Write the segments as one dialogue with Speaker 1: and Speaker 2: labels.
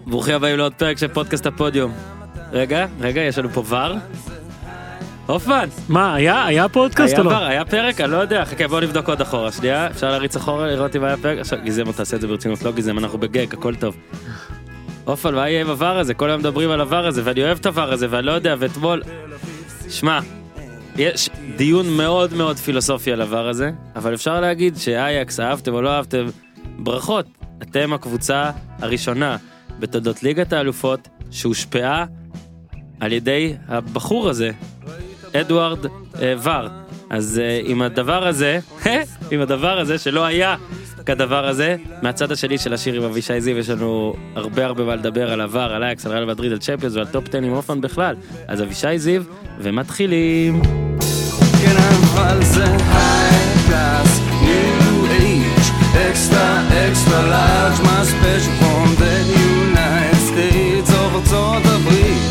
Speaker 1: ברוכים הבאים לעוד פרק של פודקאסט הפודיום. רגע, יש לנו פה ור. הופמן.
Speaker 2: מה, היה פודקאסט או לא?
Speaker 1: היה פרק, אני לא יודע. חכה, בואו נבדוק עוד אחורה. שנייה, אפשר להריץ אחורה, לראות אם היה פרק. עכשיו, גיזם, תעשה את זה ברצינות, לא גיזם, אנחנו בגג, הכל טוב. הופמן, מה יהיה עם הוור הזה? כל היום מדברים על הוור הזה, ואני אוהב את הוור הזה, ואני לא יודע, ואתמול... שמע, יש דיון מאוד מאוד פילוסופי על הוור הזה, אבל אפשר להגיד שאייקס, אהבתם או לא אהבתם, ברכות. אתם הקבוצה הראשונה בתולדות ליגת האלופות שהושפעה על ידי הבחור הזה, אדוארד ור. אז עם הדבר הזה שלא היה כדבר הזה, מהצד השני של השיר עם אבישי זיו יש לנו הרבה מה לדבר על הוור, על אייקס, על ריאל מדריד, על צ'מפיונס ועל טופ 10 עם אופן בכלל. אז אבישי זיו ומתחילים.
Speaker 3: כן, אבל זה high class, new age, extra large, my special from the United States of ארצות הברית.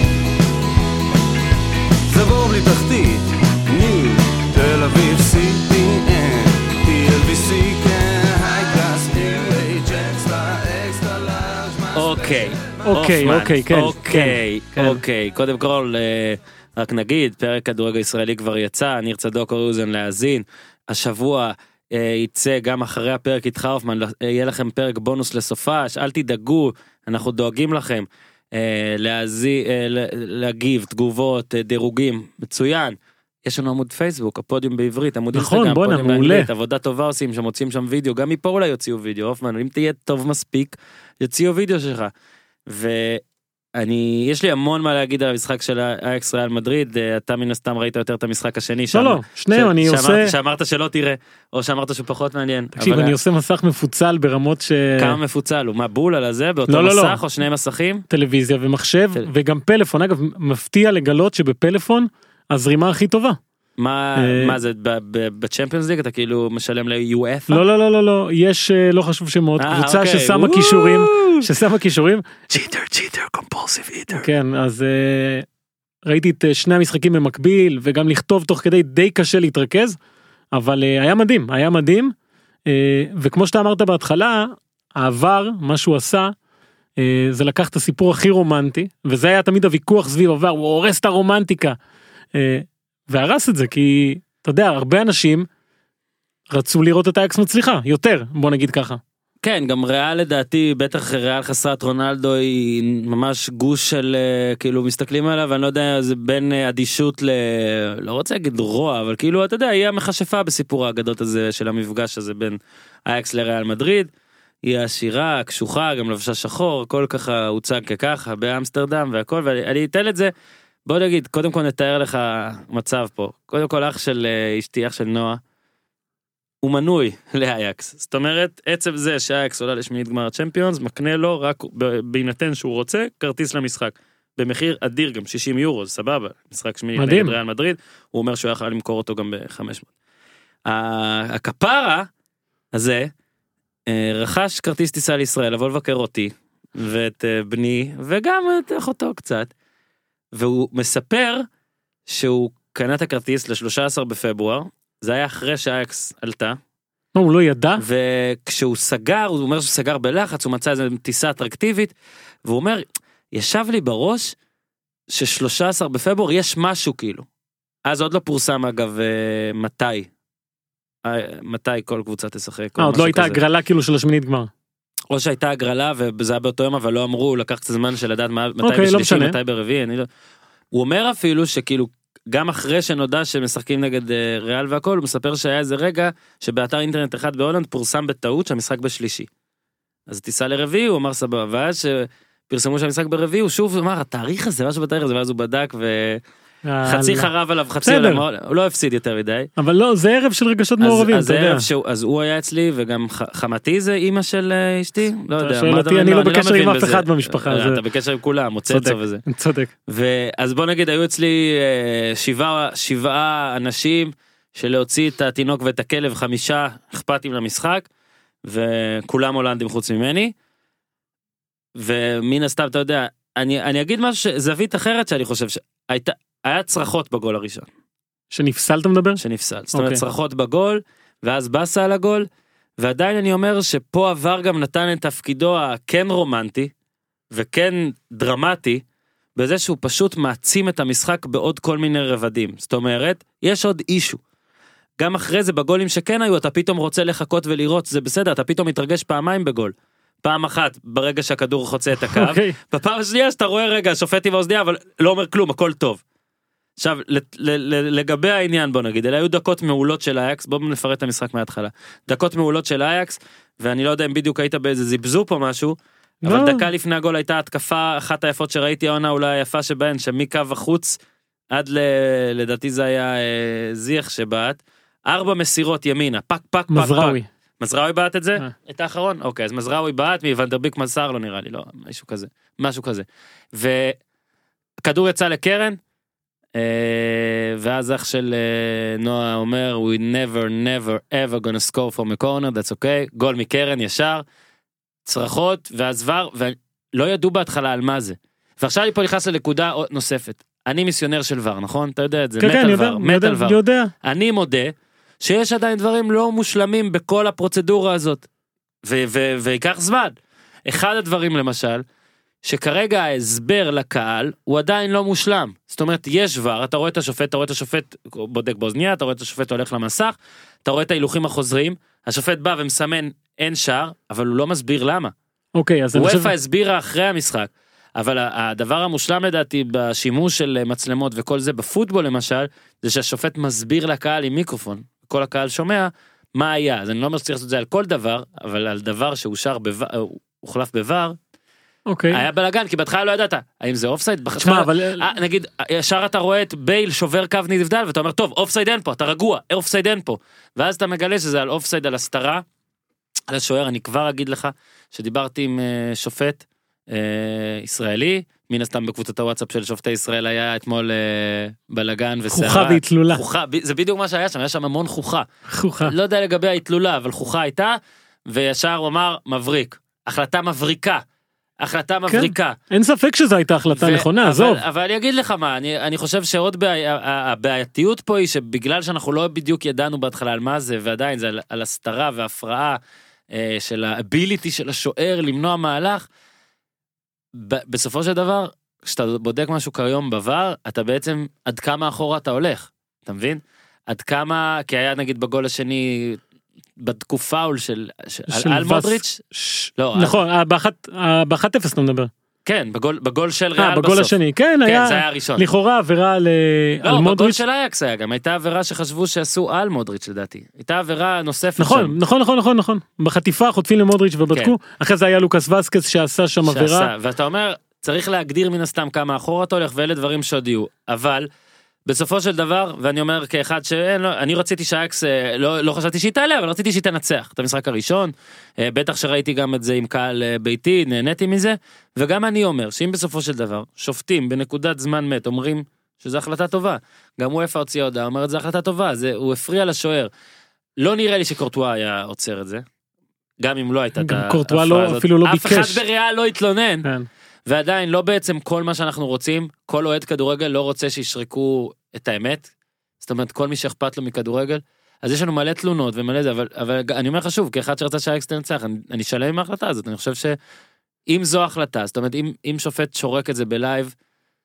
Speaker 3: זה בור בלי תחתית, new, תל אביב, CPN, TLBC, כן, high class, new age, extra large,
Speaker 1: אוקיי, קודם כל, רק נגיד, פרק כדורגל ישראלי כבר יצא, ניר צדוק אוזן להאזין, השבוע יצא גם אחרי הפרק איתך הופמן, יהיה לכם פרק בונוס לסופש, אל תדאגו, אנחנו דואגים לכם, להגיב, תגובות, דירוגים, מצוין, יש לנו עמוד פייסבוק, הפודיום בעברית, עמוד אינסטגרם, פודיום באנגלית, עבודה טובה עושים, שמוצאים שם וידאו, גם מפה אולי יוציאו וידאו, הופמן, אם תהיה טוב מספיק, יוציאו וידאו שלך, יש לי המון מה להגיד על המשחק של אייקס ריאל מדריד, אתה מן הסתם ראית יותר את המשחק השני,
Speaker 2: שניהם אני עושה...
Speaker 1: שאמרת שלא תראה, או שאמרת שהוא פחות מעניין.
Speaker 2: תקשיב, אני עושה מסך מפוצל ברמות ש...
Speaker 1: כמה מפוצל? הוא מה, בול על הזה, באותו מסך או שני מסכים?
Speaker 2: טלוויזיה ומחשב, וגם פלאפון, אגב, מפתיע לגלות שבפלאפון, הזרימה הכי טובה.
Speaker 1: מה זה, בצ'מפיונס ליג אתה כאילו משלם ל-UEFA?
Speaker 2: לא, יש, לא חשוב שמות, קבוצה ששמה קישורים,
Speaker 1: צ'יטר, קומפולסיב איטר.
Speaker 2: כן, אז ראיתי את שני המשחקים במקביל, וגם לכתוב תוך כדי די קשה להתרכז, אבל היה מדהים, וכמו שאתה אמרת בהתחלה, העבר, מה שהוא עשה, זה לקח את הסיפור הכי רומנטי, וזה היה תמיד הוויכוח סביב עבר, הוא הורס את הרומנטיקה, והרס את זה, כי אתה יודע, הרבה אנשים רצו לראות את אייקס מצליחה, יותר, בוא נגיד ככה.
Speaker 1: כן, גם ריאל לדעתי, בטח ריאל חסרת רונלדו היא ממש גוש של, כאילו מסתכלים עליו, ואני לא יודע, זה בין אדישות לא רוצה להגיד רוע, אבל כאילו, אתה יודע, היא המכשפה בסיפור האגדות הזה, של המפגש הזה בין אייקס לריאל מדריד, היא עשירה, הקשוחה, גם לבשה שחור, הכל ככה הוצג כככה, באמסטרדם והכל, ואני אתן את זה, בוא נגיד, קודם כל נתאר לך מצב פה, קודם כל אח של אשתי, אח של נועה, הוא מנוי לאייקס, זאת אומרת, עצם זה שאייקס עולה לשמינית גמר הצ'מפיונס, מקנה לו רק בהינתן שהוא רוצה, כרטיס למשחק, במחיר אדיר גם 60 יורו, סבבה, משחק שמינית נגד ריאל מדריד, הוא אומר שהוא יכול למכור אותו גם ב-500. הכפרה הזה, רכש כרטיס טיסה לישראל, לבוא לבקר אותי, ואת בני, וגם את אחותו קצת, והוא מספר שהוא קנה את הכרטיס ל-13 בפברואר, זה היה אחרי שהאייקס עלתה.
Speaker 2: הוא לא ידע?
Speaker 1: וכשהוא סגר, הוא אומר שהוא סגר בלחץ, הוא מצא איזו טיסה אטרקטיבית, והוא אומר, ישב לי בראש, ש-13 בפברואר יש משהו כאילו. אז עוד לא פורסם אגב, מתי כל קבוצה תשחק.
Speaker 2: עוד לא הייתה הגרלה כאילו של השמינית גמר.
Speaker 1: או שהייתה הגרלה, וזה היה באותו יום, אבל לא אמרו, לקח קצת זמן של לדעת מתי בשלישי, מתי ברביעי, הוא אומר אפילו שכאילו, גם אחרי שנודע שמשחקים נגד ריאל והכל, הוא מספר שהיה איזה רגע שבאתר אינטרנט אחד בהולנד פורסם בטעות שהמשחק בשלישי. אז טיסה לרביעי, הוא אמר סבבה, ואז שפרסמו שהמשחק ברביעי, הוא שוב אמר, התאריך הזה, משהו בתאריך הזה, ואז הוא בדק וחצי חרב עליו, חצי עליו, הוא לא הפסיד יותר מדי.
Speaker 2: אבל לא, זה ערב של רגשות מעורבים, אתה יודע.
Speaker 1: אז הוא היה אצלי, וגם חמתי זה אימא של אשתי, לא יודע.
Speaker 2: אני לא בקשר עם אף אחד במשפחה.
Speaker 1: אתה בקשר עם כולם, מוצצה וזה.
Speaker 2: צודק.
Speaker 1: אז בוא נגיד, היו אצלי 7 אנשים, שלהוציא את התינוק ואת הכלב 5 אכפתים למשחק, וכולם הולנדים חוץ ממני, ומן הסתם אתה יודע, אני אגיד משהו, זווית אחרת שאני חושב היה צרחות בגול הראשון.
Speaker 2: שנפסל אתה מדבר?
Speaker 1: שנפסל, זאת אומרת צרחות בגול, ואז בסה על הגול, ועדיין אני אומר שפה עבר גם נתן את תפקידו הכן רומנטי, וכן דרמטי, בזה שהוא פשוט מעצים את המשחק בעוד כל מיני רבדים. זאת אומרת, יש עוד אישו. גם אחרי זה בגולים שכן היו, אתה פתאום רוצה לחכות ולראות, זה בסדר, אתה פתאום מתרגש פעמיים בגול. פעם אחת, ברגע שהכדור חוצה את הקו, בפעם השנייה שאתה רואה רגע, שופט עם האוזניה, אבל לא אומר כלום, הכל טוב. עכשיו, לגבי העניין, בוא נגיד, אלה היו דקות מעולות של אייקס, בואו נפרט את המשחק מההתחלה. דקות מעולות של אייקס, ואני לא יודע אם בדיוק היית באיזה זיבזו פה משהו, אבל דקה לפני הגול הייתה התקפה, אחת היפות שראיתי העונה, אולי היפה שבהן, שמקו החוץ, עד לדעתי זה היה זיח שבאת, 4 מסירות ימינה, פק, פק,
Speaker 2: מזראוי.
Speaker 1: מזראוי בעט את זה? את האחרון? אוקיי, אז מזראוי בעט מוונדרביק מסר, לא נראה לי, לא, משהו כזה. וכדור יצא לקרן, ואז אח של נועה אומר, we never ever gonna score from a corner, that's okay, גול מקרן ישר, צרחות, ואז ור, ולא ידעו בהתחלה על מה זה. ועכשיו אני פה נכנס לנקודה נוספת. אני מיסיונר של ור, נכון? אתה יודע את זה, מת על ור. אני מודה, שיש עדיין דברים לא מושלמים בכל הפרוצדורה הזאת, ויקח זמן. אחד הדברים למשל, שכרגע ההסבר לקהל הוא עדיין לא מושלם. זאת אומרת, יש ור, אתה רואה את השופט בודק באוזניה, אתה רואה את השופט הולך למסך, אתה רואה את ההילוכים החוזרים, השופט בא ומסמן אין שער, אבל הוא לא מסביר למה.
Speaker 2: אוקיי, אז
Speaker 1: וופא הסבירה אחרי המשחק, אבל הדבר המושלם לדעתי בשימוש של מצלמות וכל זה בפוטבול למשל, זה שהשופט מסביר לקהל עם מיקרופון, כל הקהל שומע מה היה. אז אני לא אומר שצריך לעשות את זה על כל דבר, אבל על דבר שאושר הוחלף בבר, היה בלגן, כי בהתחלה לא ידעת, האם זה אופסייד? נגיד, ישר אתה רואה את בייל שובר קו נבדל, ואתה אומר, טוב, אופסייד אין פה, אתה רגוע, אופסייד אין פה. ואז אתה מגלה שזה על אופסייד, על הסתרה, על השוער. אני כבר אגיד לך, שדיברתי עם שופט ישראלי, מן הסתם בקבוצת הוואטסאפ של שופטי ישראל, היה אתמול בלגן וסערה.
Speaker 2: חוכה והתלולה.
Speaker 1: זה בדיוק מה שהיה שם, היה שם המון חוכה. לא יודע לגבי ההתלולה, אבל חוכה הייתה, וישר הוא אמר, מבריק. החלטה מבריקה. החלטה מבריקה.
Speaker 2: אין ספק שזו הייתה החלטה נכונה, עזוב.
Speaker 1: אבל אני אגיד לך מה, אני חושב שעוד הבעייתיות פה היא שבגלל שאנחנו לא בדיוק ידענו בהתחלה על מה זה, ועדיין זה על הסתרה והפרעה של האביליטי של השוער למנוע מהלך, בסופו של דבר, כשאתה בודק משהו כיום בעבר, אתה בעצם עד כמה אחורה אתה הולך, אתה מבין? עד כמה, כי היה נגיד בגול השני, בתקופה של על מודריץ'
Speaker 2: לא, נכון, ב-1-0 אתה מדבר.
Speaker 1: כן, בגול של ריאל בסוף.
Speaker 2: בגול השני, כן,
Speaker 1: זה היה הראשון.
Speaker 2: לכאורה עבירה על מודריץ'.
Speaker 1: לא, בגול של אייקס היה גם, הייתה עבירה שחשבו שעשו על מודריץ' לדעתי. הייתה עבירה נוספת שם.
Speaker 2: נכון. בחטיפה חוטפים למודריץ' ובדקו, אחרי זה היה לוקאס וסקס שעשה שם עבירה.
Speaker 1: ואתה אומר, צריך להגדיר מן הסתם כמה אחורה אתה הולך, ואלה דברים שהודיעו. אבל בסופו של דבר, ואני אומר כאחד אני רציתי שהאקס, לא חשבתי שהיא תעלה, אבל רציתי שהיא תנצח את המשחק הראשון, בטח שראיתי גם את זה עם קהל ביתי, נהניתי מזה, וגם אני אומר, שאם בסופו של דבר, שופטים בנקודת זמן מת, אומרים שזו החלטה טובה, גם וופא הוציא הודעה, אומר את זה החלטה טובה, הוא הפריע לשוער, לא נראה לי שקורטואה היה עוצר את זה, גם אם לא הייתה את ההפרעה הזאת,
Speaker 2: אפילו לא
Speaker 1: אף אחד בריאל לא התלונן, ועדיין לא בעצם כל מה שאנחנו רוצים, כל אוהד כדורגל לא רוצה שישרקו את האמת, זאת אומרת כל מי שאכפת לו מכדורגל, אז יש לנו מלא תלונות ומלא זה, אבל אני אומר לך שוב, כאחד שרצה שהאקס תנצח, אני שלם עם ההחלטה הזאת, אני חושב שאם זו החלטה, זאת אומרת אם שופט שורק את זה בלייב,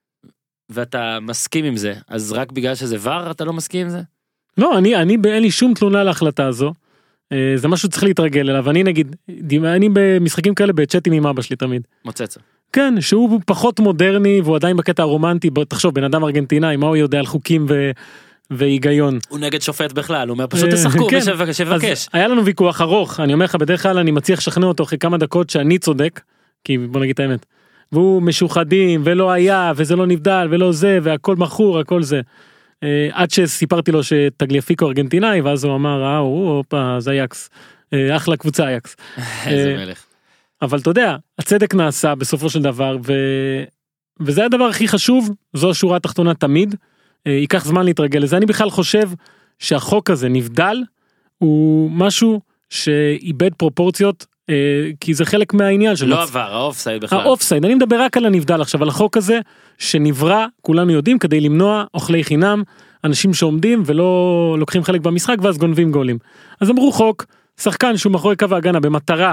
Speaker 1: ואתה מסכים עם זה, אז רק בגלל שזה ור אתה לא מסכים עם זה?
Speaker 2: לא, אין לי שום תלונה להחלטה הזו, זה משהו צריך להתרגל אליו, אני במשחקים כאלה בצ'אטים עם אבא שלי תמיד.
Speaker 1: מוצצה.
Speaker 2: כן, שהוא פחות מודרני, והוא עדיין בקטע הרומנטי, תחשוב, בן אדם ארגנטינאי, מה הוא יודע על חוקים והיגיון?
Speaker 1: הוא נגד שופט בכלל, הוא אומר פשוט תשחקו, מי שבקש.
Speaker 2: היה לנו ויכוח ארוך, אני אומר לך, בדרך כלל אני מצליח לשכנע אותו אחרי כמה דקות שאני צודק, כי בוא נגיד את האמת, והוא משוחדים, ולא היה, וזה לא נבדל, ולא זה, והכל מחור, הכל זה. עד שסיפרתי לו שתגליפיקו ארגנטינאי, ואז הוא אמר, אופה, זה אייקס, אחלה קבוצה אייקס.
Speaker 1: איזה מלך.
Speaker 2: אבל אתה יודע, הצדק נעשה בסופו של דבר, וזה הדבר הכי חשוב, זו השורה התחתונה תמיד, ייקח זמן להתרגל לזה. אני בכלל חושב שהחוק הזה נבדל, הוא משהו שאיבד פרופורציות, כי זה חלק מהעניין של...
Speaker 1: לא עבר, האופסייד בכלל.
Speaker 2: האופסייד, אני מדבר רק על הנבדל עכשיו, על החוק הזה שנברא, כולנו יודעים, כדי למנוע אוכלי חינם, אנשים שעומדים ולא לוקחים חלק במשחק, ואז גונבים גולים. אז אמרו חוק, שחקן שהוא מאחורי קו ההגנה במטרה,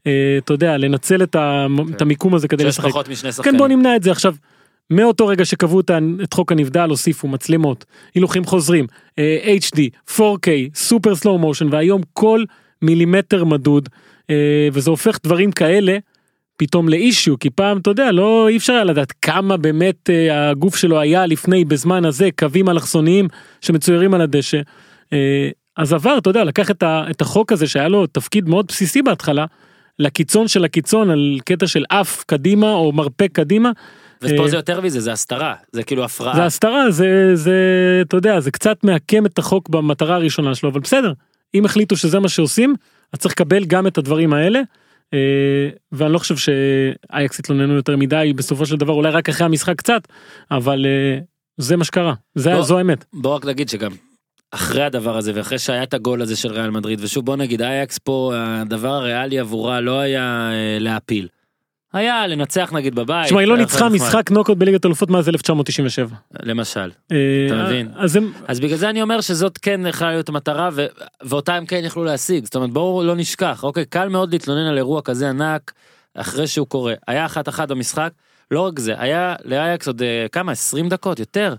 Speaker 2: אתה יודע, לנצל את המיקום הזה כדי לשחק.
Speaker 1: שיש פחות משני שחקנים.
Speaker 2: כן, בוא נמנע את זה עכשיו. מאותו רגע שקבעו את חוק הנבדל, הוסיפו מצלמות, הילוכים חוזרים, HD, 4K, סופר סלואו מושן, והיום כל מילימטר מדוד, וזה הופך דברים כאלה פתאום לאישיו, כי פעם, אתה יודע, אי אפשר היה לדעת כמה באמת הגוף שלו היה לפני, בזמן הזה, קווים אלכסוניים שמצוירים על הדשא. אז עבר, אתה יודע, לקח את החוק הזה שהיה לו תפקיד מאוד בסיסי בהתחלה, לקיצון של הקיצון, על קטע של אף קדימה או מרפק קדימה.
Speaker 1: ופה זה יותר מזה, זה הסתרה, זה כאילו הפרעה.
Speaker 2: זה הסתרה, אתה יודע, זה קצת מעקם את החוק במטרה הראשונה שלו, אבל בסדר, אם החליטו שזה מה שעושים, אז צריך לקבל גם את הדברים האלה, ואני לא חושב שאייקס התלוננו יותר מדי, בסופו של דבר, אולי רק אחרי המשחק קצת, אבל זה מה שקרה, זו האמת.
Speaker 1: בוא רק נגיד שגם אחרי הדבר הזה, ואחרי שהיה את הגול הזה של ריאל מדריד, ושוב בוא נגיד, אייקס פה, הדבר הריאלי עבורה לא היה להפיל. היה לנצח נגיד בבית.
Speaker 2: תשמע, היא לא ניצחה משחק נוקאוט בליגת אלופות מאז 1997.
Speaker 1: למשל, אתה מבין? אז בגלל זה אני אומר שזאת כן יכולה להיות המטרה, ואותה הם כן יכלו להשיג. זאת אומרת, בואו לא נשכח. אוקיי, קל מאוד להתלונן על אירוע כזה ענק, אחרי שהוא קורה. היה 1-1 במשחק, לא רק זה, היה לאייקס עוד כמה, 20 דקות, יותר.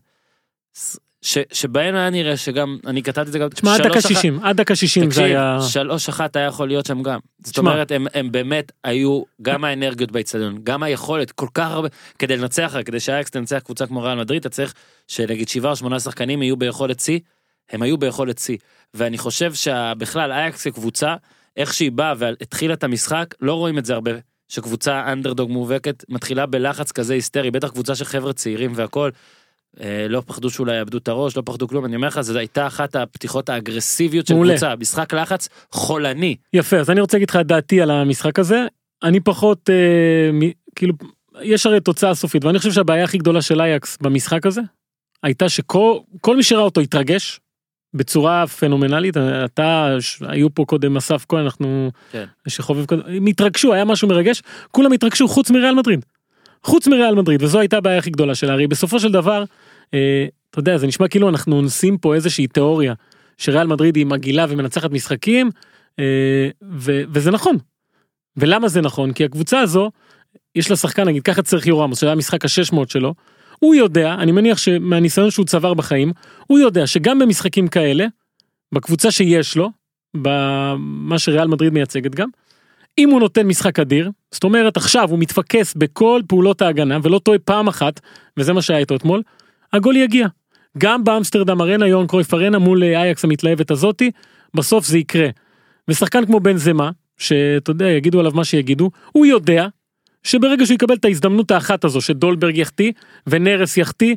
Speaker 1: שבהם היה נראה שגם, אני כתבתי את זה גם,
Speaker 2: תשמע, עד דקה 60 זה היה...
Speaker 1: 3-1 היה יכול להיות שם גם. זאת אומרת, הם באמת היו גם האנרגיות באצטדיון, גם היכולת, כל כך הרבה, כדי לנצח, כדי שהאייקס תנצח קבוצה כמו ריאל מדריד, אתה צריך שנגיד 7 או 8 שחקנים יהיו ביכולת C, הם היו ביכולת C. ואני חושב שבכלל, אייקס כקבוצה, איך שהיא באה והתחילה את המשחק, לא רואים את זה הרבה, שקבוצה אנדרדוג מובהקת, מתחילה בלחץ כזה היסטרי, בטח קבוצה של חבר'ה צעירים והכל, לא פחדו שאולי יאבדו את הראש, לא פחדו כלום, אני אומר לך, זו הייתה אחת הפתיחות האגרסיביות של קבוצה, משחק לחץ חולני.
Speaker 2: יפה, אז אני רוצה להגיד לך את דעתי על המשחק הזה, אני פחות, כאילו, יש הרי תוצאה סופית, ואני חושב שהבעיה הכי גדולה של אייקס במשחק הזה, הייתה שכל מי שראה אותו התרגש, בצורה פנומנלית, היו פה קודם אסף כהן, אנחנו, שחובב קודם, הם התרגשו, היה משהו מרגש, כולם התרגשו חוץ מריאל מדריד, וזו הייתה הבעיה הכי גדולה שלה, הרי בסופו של דבר, אתה יודע, זה נשמע כאילו אנחנו נשים פה איזושהי תיאוריה, שריאל מדריד היא מגעילה ומנצחת משחקים, וזה נכון. ולמה זה נכון? כי הקבוצה הזו, יש לה שחקן, נגיד, ככה סרחיו רמוס, שהיה המשחק ה-600 שלו, הוא יודע, אני מניח שמהניסיון שהוא צבר בחיים, הוא יודע שגם במשחקים כאלה, בקבוצה שיש לו, במה שריאל מדריד מייצגת גם, אם הוא נותן משחק אדיר, זאת אומרת עכשיו הוא מתפקס בכל פעולות ההגנה, ולא טועה פעם אחת, וזה מה שהיה איתו אתמול, הגול יגיע. גם באמסטרדם ארנה, יוהאן קרויף ארנה, מול אייקס המתלהבת הזאתי, בסוף זה יקרה. ושחקן כמו בנזמה, שאתה יודע, יגידו עליו מה שיגידו, הוא יודע, שברגע שהוא יקבל את ההזדמנות האחת הזו, שדולברג יחטיא, ונרס יחטיא,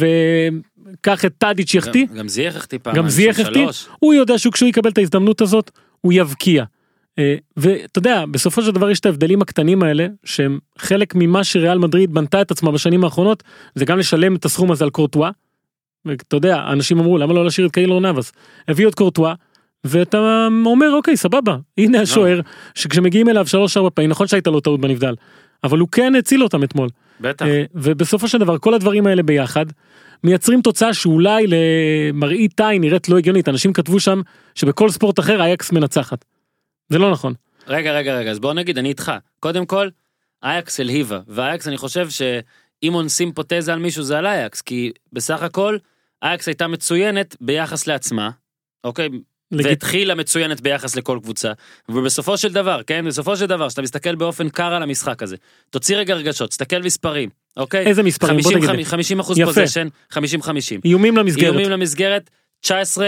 Speaker 2: וכך את טאדיץ' יחטיא,
Speaker 1: גם זייח יחטיא פעם,
Speaker 2: גם זייח יחטיא, הוא יודע שכשהוא יקבל את ההזדמנות הזאת, הוא יבקיע. ואתה יודע, בסופו של דבר יש את ההבדלים הקטנים האלה, שהם חלק ממה שריאל מדריד בנתה את עצמה בשנים האחרונות, זה גם לשלם את הסכום הזה על קורטואה, ואתה יודע, אנשים אמרו, למה לא להשאיר את קיילור נאבס? הביאו את קורטואה, ואתה אומר, אוקיי, סבבה, הנה השוער, שכשמגיעים אליו 3-4 פעמים, נכון שהייתה לו טעות בנבדל, אבל הוא כן הציל אותם אתמול.
Speaker 1: בטח.
Speaker 2: ובסופו של דבר, כל הדברים האלה ביחד, מייצרים תוצאה שאולי למראית עין נראית לא הגיונית, אנשים כתבו שם שבכל ספורט אחר אייקס מנצחת. זה לא נכון.
Speaker 1: רגע, אז בוא נגיד, אני איתך. קודם כל, אייקס הלהיבה, ואייקס אני חושב שאם עושים פה תזה על מישהו זה על אייקס, כי בסך הכל, אייקס הייתה מצוינת ביחס לעצמה, אוקיי? והתחילה מצוינת ביחס לכל קבוצה, ובסופו של דבר, כן? בסופו של דבר, שאתה מסתכל באופן קר על המשחק הזה, תוציא רגע רגשות, תסתכל מספרים, אוקיי?
Speaker 2: איזה מספרים? בוא תגיד.
Speaker 1: 50% פוזיישן, 50-50.
Speaker 2: איומים למסגרת.
Speaker 1: איומים למסגרת, 19-13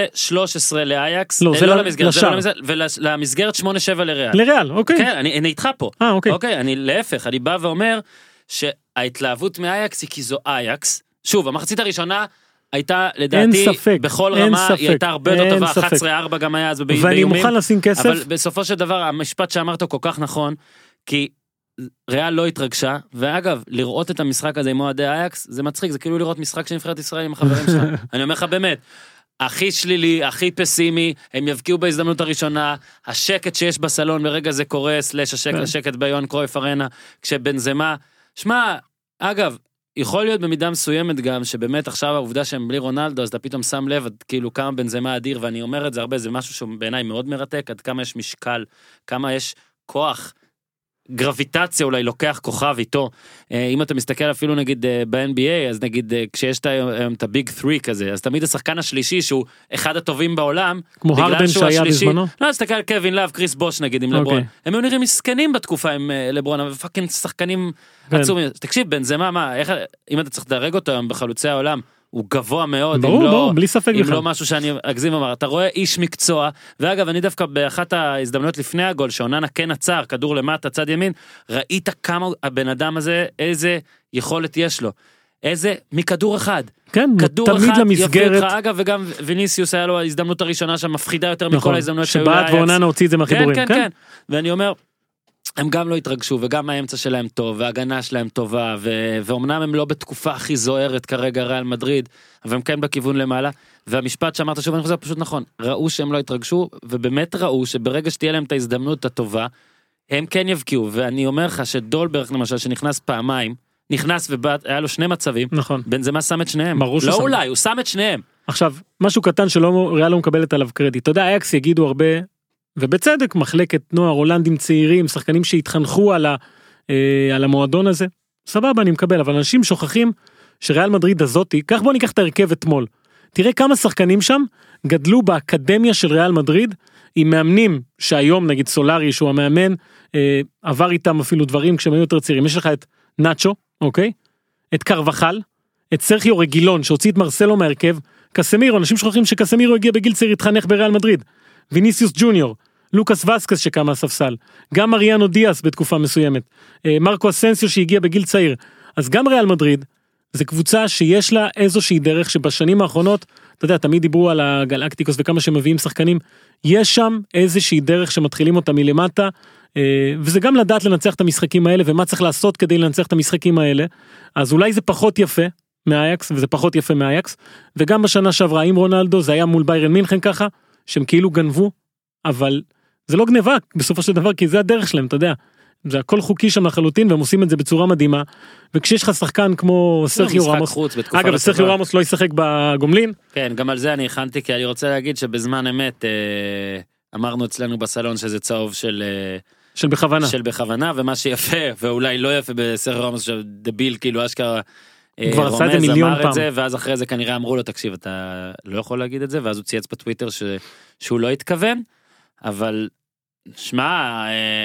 Speaker 1: לאייקס,
Speaker 2: לא, זה לשער.
Speaker 1: ולמסגרת 8-7 לריאל.
Speaker 2: לריאל, אוקיי.
Speaker 1: כן, אני איתך פה.
Speaker 2: אוקיי.
Speaker 1: אוקיי, אני להפך, אני בא ואומר, שההתלהבות מאייקס היא כי זו אייקס, שוב, המחצית הראשונה, הייתה לדעתי בכל רמה, היא הייתה הרבה יותר טובה, 11-4 גם היה אז באיומים.
Speaker 2: ואני מוכן לשים כסף.
Speaker 1: אבל בסופו של דבר, המשפט שאמרת כל כך נכון, כי ריאל לא התרגשה, ואגב, לראות את המשחק הזה עם אוהדי אייקס, זה מצחיק, זה כאילו לראות משחק של נבחרת ישראל עם החברים שלה. אני אומר לך באמת, הכי שלילי, הכי פסימי, הם יבקיעו בהזדמנות הראשונה, השקט שיש בסלון ברגע זה קורה, סלש השקט ביוהאן קרויף ארנה, כשבנזמה, שמע, אגב, יכול להיות במידה מסוימת גם, שבאמת עכשיו העובדה שהם בלי רונלדו, אז אתה פתאום שם לב, כאילו כמה בנזמה אדיר, ואני אומר את זה הרבה, זה משהו שבעיניי מאוד מרתק, עד כמה יש משקל, כמה יש כוח גרביטציה אולי לוקח כוכב איתו, אם אתה מסתכל אפילו נגיד ב-NBA, אז נגיד כשיש את הביג 3 כזה, אז תמיד השחקן השלישי שהוא אחד הטובים בעולם,
Speaker 2: כמו הרדן שהיה בזמנו?
Speaker 1: לא, תסתכל על קווין לאב, קריס בוש נגיד עם לברון, הם היו נראים מסכנים בתקופה עם לברון, אבל פאקינג שחקנים עצומים, תקשיב בנזמה, אם אתה צריך לדרג אותו היום בחלוצי העולם, הוא גבוה מאוד,
Speaker 2: ברור, בלי ספק
Speaker 1: אם לא משהו שאני אגזים אמר, אתה רואה איש מקצוע, ואגב אני דווקא באחת ההזדמנויות לפני הגול, שאוננה כן עצר, כדור למטה, צד ימין, ראית כמה הבן אדם הזה, איזה יכולת יש לו, איזה, מכדור אחד,
Speaker 2: כן,
Speaker 1: כדור
Speaker 2: תמיד
Speaker 1: אחד
Speaker 2: למסגרת,
Speaker 1: יפה, אגב וגם ויניסיוס היה לו ההזדמנות הראשונה שמפחידה יותר מכל ההזדמנות שהיו
Speaker 2: שבאת ואוננה הוציא את זה מהחיבורים,
Speaker 1: כן, ואני אומר, הם גם לא התרגשו, וגם האמצע שלהם טוב, וההגנה שלהם טובה, ואומנם הם לא בתקופה הכי זוהרת כרגע ריאל מדריד, אבל הם כן בכיוון למעלה, והמשפט שאמרת שוב, אני חושב פשוט נכון, ראו שהם לא התרגשו, ובאמת ראו שברגע שתהיה להם את ההזדמנות הטובה, הם כן יבקיעו, ואני אומר לך שדולברג למשל, שנכנס פעמיים, נכנס והיה לו שני מצבים,
Speaker 2: נכון.
Speaker 1: בנזמה שם את שניהם,
Speaker 2: לא
Speaker 1: אולי, הוא שם את שניהם.
Speaker 2: עכשיו, משהו קטן ריאל לא מקבלת עליו קרדיט, אתה יודע, אייקס יגידו הרבה, ובצדק, מחלקת נוער, הולנדים צעירים, שחקנים שהתחנכו על המועדון הזה, סבבה, אני מקבל, אבל אנשים שוכחים שריאל מדריד הזאתי, בוא ניקח את הרכב אתמול, תראה כמה שחקנים שם גדלו באקדמיה של ריאל מדריד, עם מאמנים שהיום, נגיד סולארי, שהוא המאמן, עבר איתם אפילו דברים כשהם היו יותר צעירים, יש לך את נאצ'ו, אוקיי? את קרבחל, את סרחיו רגילון, שהוציא את מרסלו מהרכב, קסמירו, אנשים שוכחים שקסמירו הגיע בגיל צעיר, התחנך בריאל מדריד, ויניסיוס ג'וניור, לוקאס וסקס שקם מהספסל, גם מריאנו דיאס בתקופה מסוימת, מרקו אסנסיו שהגיע בגיל צעיר, אז גם ריאל מדריד, זה קבוצה שיש לה איזושהי דרך שבשנים האחרונות, אתה יודע, תמיד דיברו על הגלקטיקוס וכמה שמביאים שחקנים, יש שם איזושהי דרך שמתחילים אותה מלמטה, וזה גם לדעת לנצח את המשחקים האלה, ומה צריך לעשות כדי לנצח את המשחקים האלה, אז אולי זה פחות יפה מהאייקס, וזה פחות יפה מהאייקס, וגם בשנה שעברה עם רונלדו, זה היה מול ביירן מינכן ככה, שהם כאילו גנבו, אבל זה לא גניבה בסופו של דבר, כי זה הדרך שלהם, אתה יודע, זה הכל חוקי שם לחלוטין, והם עושים את זה בצורה מדהימה, וכשיש לך שחקן כמו סרחיו רמוס, אגב, סרחיו רמוס לא ישחק בגומלין.
Speaker 1: כן, גם על זה אני הכנתי, כי אני רוצה להגיד שבזמן אמת, אמרנו אצלנו בסלון שזה צהוב של
Speaker 2: בכוונה.
Speaker 1: של בכוונה, ומה שיפה, ואולי לא יפה בסרחיו רמוס, שדביל, כאילו אשכרה,
Speaker 2: כבר עשה את זה מיליון פעם.
Speaker 1: ואז אחרי זה כנראה אמרו לו, תקשיב, אתה לא יכול להגיד את זה, ואז הוא צייץ בטוויטר שהוא לא התכוון, אבל שמע,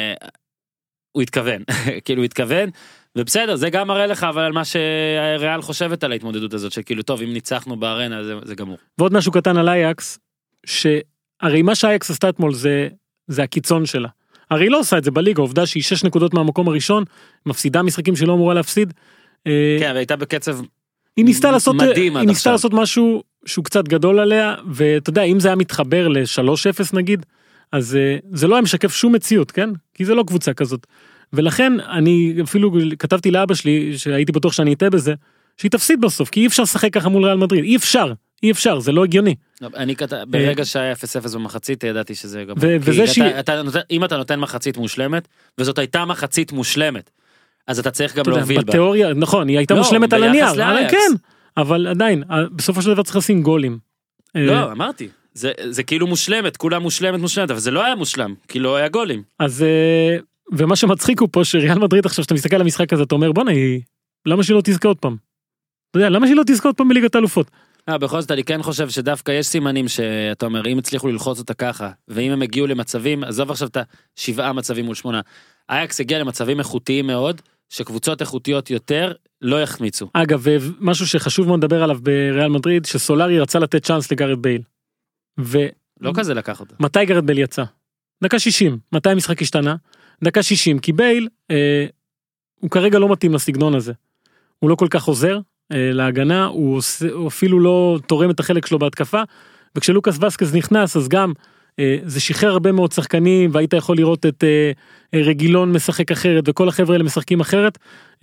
Speaker 1: הוא התכוון, כאילו הוא התכוון, ובסדר, זה גם מראה לך, אבל על מה שהריאל חושבת על ההתמודדות הזאת, שכאילו טוב, אם ניצחנו בארנה, זה גמור.
Speaker 2: ועוד משהו קטן על אייקס, שהרי מה שאייקס עשתה אתמול זה הקיצון שלה. הרי היא לא עושה את זה בליגה, העובדה שהיא 6 נקודות מהמקום הראשון, מפסידה משחקים שלא אמורה להפסיד.
Speaker 1: כן, והייתה בקצב
Speaker 2: היא ניסתה לעשות,
Speaker 1: מדהים
Speaker 2: היא ניסתה לעשות משהו שהוא קצת גדול עליה, ואתה יודע, אם זה היה מתחבר ל-3-0 נגיד, אז זה לא היה משקף שום מציאות, כן? כי זה לא קבוצה כזאת. ולכן אני אפילו כתבתי לאבא שלי, שהייתי בטוח שאני אטעה בזה, שהיא תפסיד בסוף, כי אי אפשר לשחק ככה מול ריאל מדריד, אי אפשר, זה לא הגיוני.
Speaker 1: אני ברגע שהיה 0-0 במחצית, ידעתי שזה גם... אם אתה נותן מחצית מושלמת, וזאת הייתה מחצית מושלמת, אז אתה צריך גם להוביל בה.
Speaker 2: בתיאוריה, נכון, היא הייתה מושלמת על הנייר, כן, אבל עדיין, בסופו של דבר צריך לשים גולים.
Speaker 1: לא, אמרתי. זה כאילו מושלמת, כולה מושלמת, אבל זה לא היה מושלם, כי לא היה גולים.
Speaker 2: אז, ומה שמצחיק הוא פה, שריאל מדריד עכשיו, שאתה מסתכל על המשחק הזה, אתה אומר, בוא למה שהיא לא תזכה עוד פעם? אתה יודע, למה שהיא לא תזכה עוד פעם בליגת האלופות?
Speaker 1: בכל זאת, אני כן חושב שדווקא יש סימנים שאתה אומר, אם הצליחו ללחוץ אותה ככה, ואם הם הגיעו למצבים, עזוב עכשיו את 7 מצבים מול 8. אייקס הגיע למצבים איכותיים מאוד, שקבוצות איכותיות יותר לא יחמיצו.
Speaker 2: אגב, משהו שחשוב מאוד לדבר עליו בריאל מדריד, שסולארי רצה לתת צ'אנס לגארד בייל.
Speaker 1: לא כזה לקח אותו.
Speaker 2: מתי גארד בייל יצא? דקה 60. מתי המשחק השתנה? דקה 60. כי בייל, הוא כרגע לא מתאים לסגנון הזה. הוא לא כל כך עוזר להגנה, הוא אפילו לא תורם את החלק שלו בהתקפה, וכשלוקאס וסקס נכנס, אז גם זה שחרר הרבה מאוד שחקנים, והיית יכול לראות את רגילון משחק אחרת, וכל החבר'ה האלה משחקים אחרת,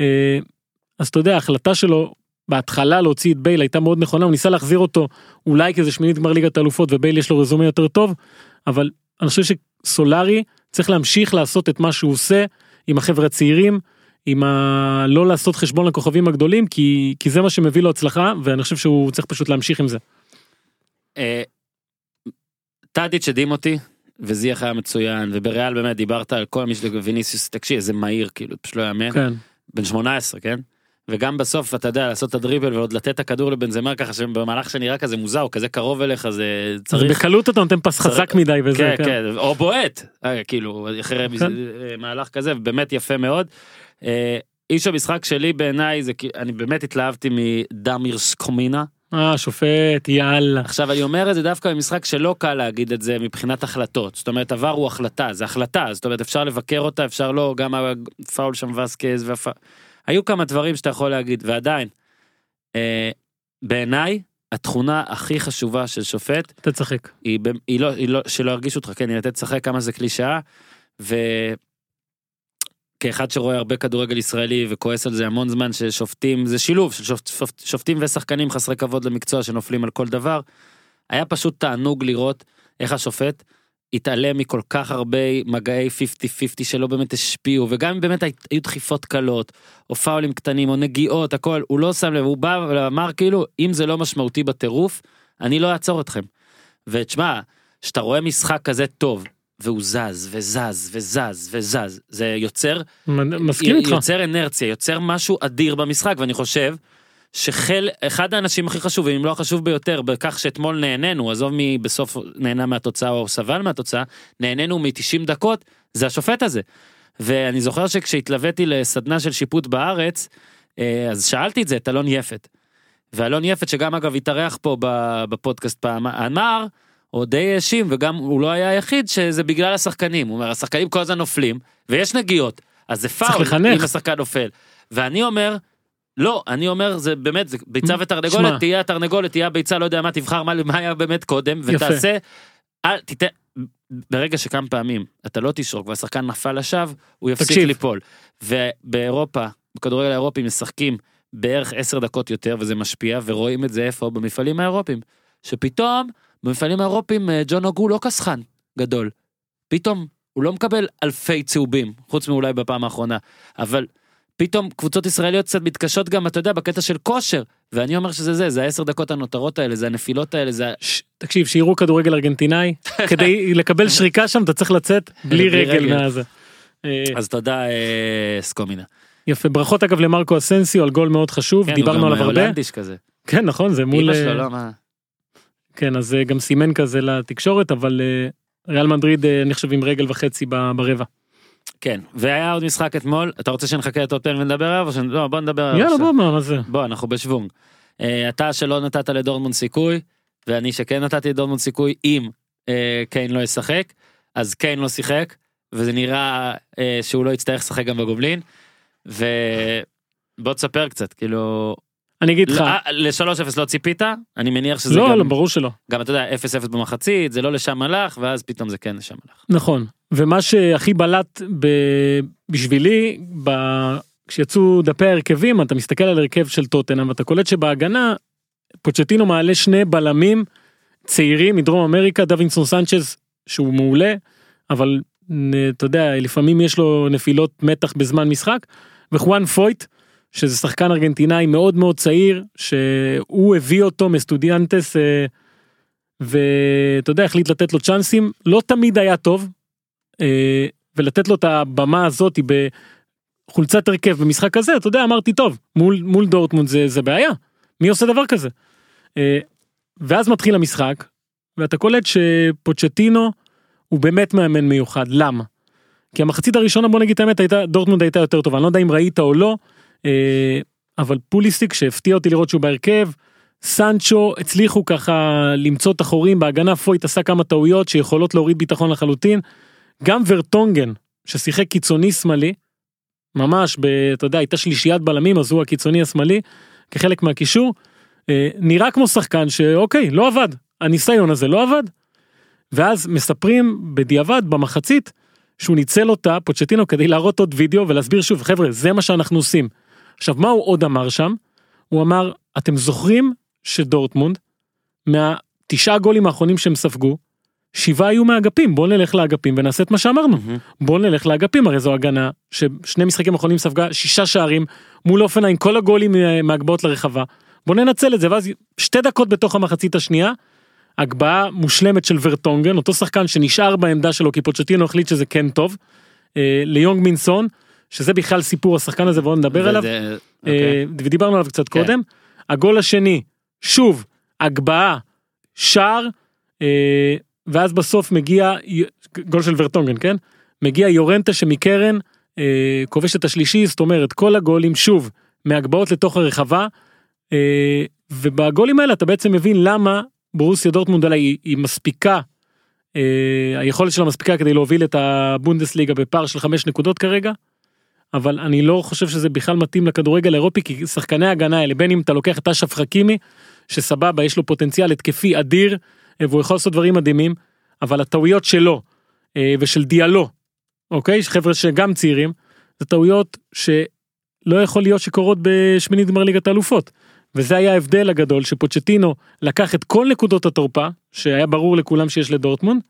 Speaker 2: אז אתה יודע, ההחלטה שלו, בהתחלה להוציא את בייל הייתה מאוד נכונה, הוא ניסה להחזיר אותו, אולי כזה שמינית גמר ליגת האלופות, ובייל יש לו רזומה יותר טוב, אבל אני חושב שסולארי צריך להמשיך לעשות את מה שהוא עושה, עם החבר'ה הצעירים, עם לא לעשות חשבון לכוכבים הגדולים, כי זה מה שמביא לו הצלחה, ואני חושב שהוא צריך פשוט להמשיך עם זה.
Speaker 1: טאדיץ' הדהים אותי, וזיח היה מצוין, ובריאל באמת דיברת על כל מי ויניסיוס, תקשיב, איזה מהיר, כאילו, פשוט לא יאמן.
Speaker 2: כן.
Speaker 1: בן 18, כן? וגם בסוף, אתה יודע, לעשות את הדריבל ועוד לתת את הכדור לבנזמה ככה, שבמהלך שנראה כזה מוזר, הוא כזה קרוב אליך, זה צריך...
Speaker 2: אז בקלות אתה נותן פס חזק מדי וזה,
Speaker 1: כן, כן, או בועט, כאילו, אחרי מהלך כזה, באמת יפה מאוד. איש המשחק שלי בעיניי, אני באמת התלהבתי מדמיר סקומינה.
Speaker 2: שופט, יאללה.
Speaker 1: עכשיו אני אומר את זה דווקא במשחק שלא קל להגיד את זה מבחינת החלטות, זאת אומרת עבר הוא החלטה, זה החלטה, זאת אומרת אפשר לבקר אותה, אפשר לא, גם הפאול שם וסקז, היו כמה דברים שאתה יכול להגיד, ועדיין, בעיניי, התכונה הכי חשובה של שופט,
Speaker 2: תצחק.
Speaker 1: היא לא, שלא הרגיש אותך, כן, היא לתת צחק כמה זה קלישאה, כאחד שרואה הרבה כדורגל ישראלי וכועס על זה המון זמן ששופטים, זה שילוב של שופטים ושחקנים חסרי כבוד למקצוע שנופלים על כל דבר, היה פשוט תענוג לראות איך השופט התעלם מכל כך הרבה מגעי 50-50 שלא באמת השפיעו, וגם אם באמת היו דחיפות קלות, או פאולים קטנים, או נגיעות, הכל, הוא לא שם לב, הוא בא ואמר כאילו, אם זה לא משמעותי בטירוף, אני לא אעצור אתכם. ותשמע, שאתה רואה משחק כזה טוב, והוא זז וזז וזז וזז, זה יוצר,
Speaker 2: מסכים איתך.
Speaker 1: יוצר אנרציה, יוצר משהו אדיר במשחק, ואני חושב אחד האנשים הכי חשובים, אם לא החשוב ביותר, בכך שאתמול נהנינו, עזוב מי בסוף נהנה מהתוצאה או סבל מהתוצאה, נהנינו מ-90 דקות, זה השופט הזה. ואני זוכר שכשהתלוויתי לסדנה של שיפוט בארץ, אז שאלתי את זה, את אלון יפת. ואלון יפת, שגם אגב התארח פה בפודקאסט פעם, אמר, או די האשים, וגם הוא לא היה היחיד, שזה בגלל השחקנים. הוא אומר, השחקנים כל הזמן נופלים, ויש נגיעות, אז זה פאול אם השחקן נופל. ואני אומר, לא, אני אומר, זה באמת, זה ביצה ותרנגולת, תהיה התרנגולת, תהיה הביצה, לא יודע מה, תבחר מה היה באמת קודם, ותעשה, ברגע שכמה פעמים אתה לא תשרוק, והשחקן נפל לשווא, הוא יפסיק ליפול. ובאירופה, בכדורגל האירופים, משחקים בערך 10 דקות יותר, וזה משפיע, ורואים את זה איפה, במפעלים האירופים, שפתאום, במפעלים האירופים, ג'ון אוגו לא כסחן גדול. פתאום, הוא לא מקבל אלפי צהובים, חוץ מאולי בפעם האחרונה, אבל פתאום קבוצות ישראליות קצת מתקשות גם, אתה יודע, בקטע של כושר, ואני אומר שזה 10 דקות הנותרות האלה, זה הנפילות האלה, זה...
Speaker 2: תקשיב, שיראו כדורגל ארגנטינאי, כדי לקבל שריקה שם, אתה צריך לצאת בלי רגל מהזה.
Speaker 1: אז תודה, סקומינה.
Speaker 2: יפה, ברכות אגב למרקו אסנסיו, על גול מאוד חשוב, דיברנו עליו הרבה.
Speaker 1: הוא גם הולנדיש כזה.
Speaker 2: כן, נכון, זה מול...
Speaker 1: אמא שלו, לא, מה?
Speaker 2: כן, אז גם סימן כזה לתקשורת, אבל ריאל מדריד, אני חושב, עם רגל וחצי ברבע.
Speaker 1: כן, והיה עוד משחק אתמול, אתה רוצה שנחכה את הטוטל ונדבר עליו? לא, בוא נדבר עליו.
Speaker 2: יאללה, בוא, מה זה?
Speaker 1: בוא, אנחנו בשוונג. אתה שלא נתת לדורטמונד סיכוי, ואני שכן נתתי לדורטמונד סיכוי, אם קיין לא ישחק, אז קיין לא שיחק, וזה נראה שהוא לא יצטרך לשחק גם בגובלין, ובוא תספר קצת, כאילו...
Speaker 2: אני אגיד לך...
Speaker 1: ל-3-0 לא ציפית, אני מניח שזה
Speaker 2: לא,
Speaker 1: גם...
Speaker 2: לא, ברור שלא.
Speaker 1: גם אתה יודע, 0-0 במחצית, זה לא לשם הלך, ואז פתאום זה כן לשם הלך.
Speaker 2: נכון, ומה שהכי בלט בשבילי, כשיצאו דפי ההרכבים, אתה מסתכל על הרכב של טוטנהאם, ואתה קולט שבהגנה, פוצ'טינו מעלה 2 בלמים צעירים מדרום אמריקה, דווינסון סנצ'ז, שהוא מעולה, אבל אתה יודע, לפעמים יש לו נפילות מתח בזמן משחק, וחואן פויט, שזה שחקן ארגנטינאי מאוד מאוד צעיר, שהוא הביא אותו מסטודיאנטס, ואתה יודע, החליט לתת לו צ'אנסים, לא תמיד היה טוב, ולתת לו את הבמה הזאת בחולצת הרכב במשחק הזה, אתה יודע, אמרתי טוב, מול דורטמונד זה בעיה, מי עושה דבר כזה? ואז מתחיל המשחק, ואתה קולט שפוצ'טינו הוא באמת מאמן מיוחד, למה? כי המחצית הראשונה, בוא נגיד האמת, דורטמונד הייתה יותר טובה, אני לא יודע אם ראית או לא, אבל פוליסטיק שהפתיע אותי לראות שהוא בהרכב, סנצ'ו הצליחו ככה למצוא את החורים בהגנה, פויט עשה כמה טעויות שיכולות להוריד ביטחון לחלוטין, גם ורטונגן ששיחק קיצוני שמאלי, ממש, אתה יודע, הייתה שלישיית בלמים, אז הוא הקיצוני השמאלי, כחלק מהקישור, נראה כמו שחקן שאוקיי, לא עבד, הניסיון הזה לא עבד, ואז מספרים בדיעבד במחצית, שהוא ניצל אותה, פוצ'טינו, כדי להראות עוד וידאו ולהסביר שוב, חבר'ה, זה מה שאנחנו עושים. עכשיו, מה הוא עוד אמר שם? הוא אמר, אתם זוכרים שדורטמונד, 9 גולים האחרונים שהם ספגו, 7 היו מהאגפים, בואו נלך לאגפים ונעשה את מה שאמרנו. בואו נלך לאגפים, הרי זו הגנה, ששני משחקים האחרונים ספגה 6 שערים, מול אופנהיים, כל הגולים מהגבעות לרחבה. בואו ננצל את זה, ואז 2 דקות בתוך המחצית השנייה, הגבהה מושלמת של ורטונגן, אותו שחקן שנשאר בעמדה שלו, כי פוצ'טינו החליט שזה כן טוב, ליונג מינסון, שזה בכלל סיפור השחקן הזה, ועוד נדבר עליו, ודיברנו עליו קצת קודם. הגול השני, שוב, הגבהה, שער, ואז בסוף מגיע, גול של ורטונגן, כן? מגיע יורנטה שמקרן, כובש את השלישי, זאת אומרת, כל הגולים, שוב, מהגבהות לתוך הרחבה, ובגולים האלה אתה בעצם מבין למה ברוסיה דורטמונד היא מספיקה, היכולת שלה מספיקה כדי להוביל את הבונדסליגה בפער של 5 נקודות כרגע, אבל אני לא חושב שזה בכלל מתאים לכדורגל האירופי, כי שחקני ההגנה האלה, בין אם אתה לוקח את אשרף חכימי, שסבבה, יש לו פוטנציאל התקפי אדיר, והוא יכול לעשות דברים מדהימים, אבל הטעויות שלו, ושל דיאלו, אוקיי? חבר'ה שגם צעירים, זה טעויות שלא יכול להיות שקורות בשמינית גמר ליגת האלופות. וזה היה ההבדל הגדול, שפוצ'טינו לקח את כל נקודות התורפה, שהיה ברור לכולם שיש לדורטמונד,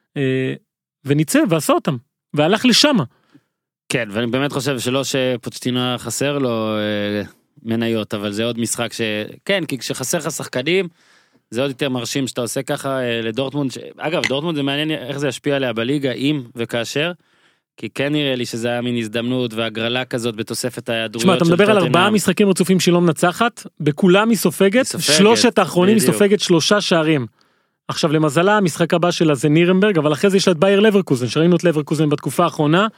Speaker 2: וניצב ועשה אותם, והלך לשמה.
Speaker 1: כן, ואני באמת חושב שלא שפוצ'טינו חסר לו מניות, אבל זה עוד משחק כן, כי כשחסר לך שחקנים, זה עוד יותר מרשים שאתה עושה ככה לדורטמונד, אגב, דורטמונד זה מעניין איך זה ישפיע עליה בליגה, אם וכאשר, כי כן נראה לי שזה היה מין הזדמנות והגרלה כזאת בתוספת ההיעדרויות.
Speaker 2: תשמע, אתה מדבר על 4 משחקים רצופים שהיא לא מנצחת, בכולם היא סופגת, 3 האחרונים היא סופגת 3 שערים. עכשיו למזלה, המשחק הבא שלה זה נירנברג, אבל אחרי זה יש לה את בייר לברקוזן, שראינו את לברקוזן בתקופה האחרונה,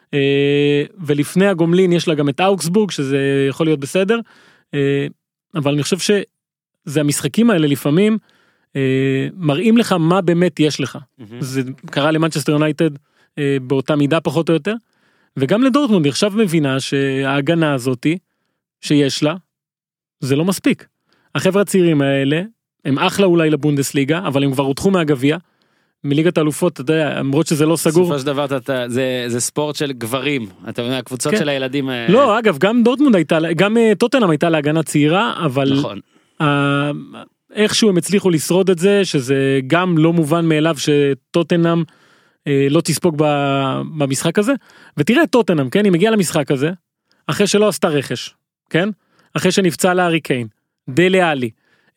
Speaker 2: ולפני הגומלין יש לה גם את אוקסבורג, שזה יכול להיות בסדר, אבל אני חושב שזה המשחקים האלה לפעמים, מראים לך מה באמת יש לך. זה קרה למנצ'סטר יונייטד, באותה מידה פחות או יותר, וגם לדורטמונד, עכשיו מבינה שההגנה הזאת שיש לה, זה לא מספיק. החבר'ה הצעירים האלה, הם אחלה אולי לבונדסליגה, אבל הם כבר הודחו מהגביע, מליגת האלופות, אתה יודע, למרות שזה לא סגור.
Speaker 1: בסופו של דבר, זה ספורט של גברים, אתה יודע, הקבוצות של הילדים.
Speaker 2: לא, אגב, גם דורטמונד הייתה, גם טוטנהאם הייתה להגנה צעירה, אבל
Speaker 1: נכון.
Speaker 2: איכשהו הם הצליחו לשרוד את זה, שזה גם לא מובן מאליו שטוטנהאם לא תספוג במשחק הזה, ותראה את טוטנהאם, כן, היא מגיעה למשחק הזה, אחרי שלא עשתה רכש, כן, אחרי שנפצע להארי קיין, דלה עלי,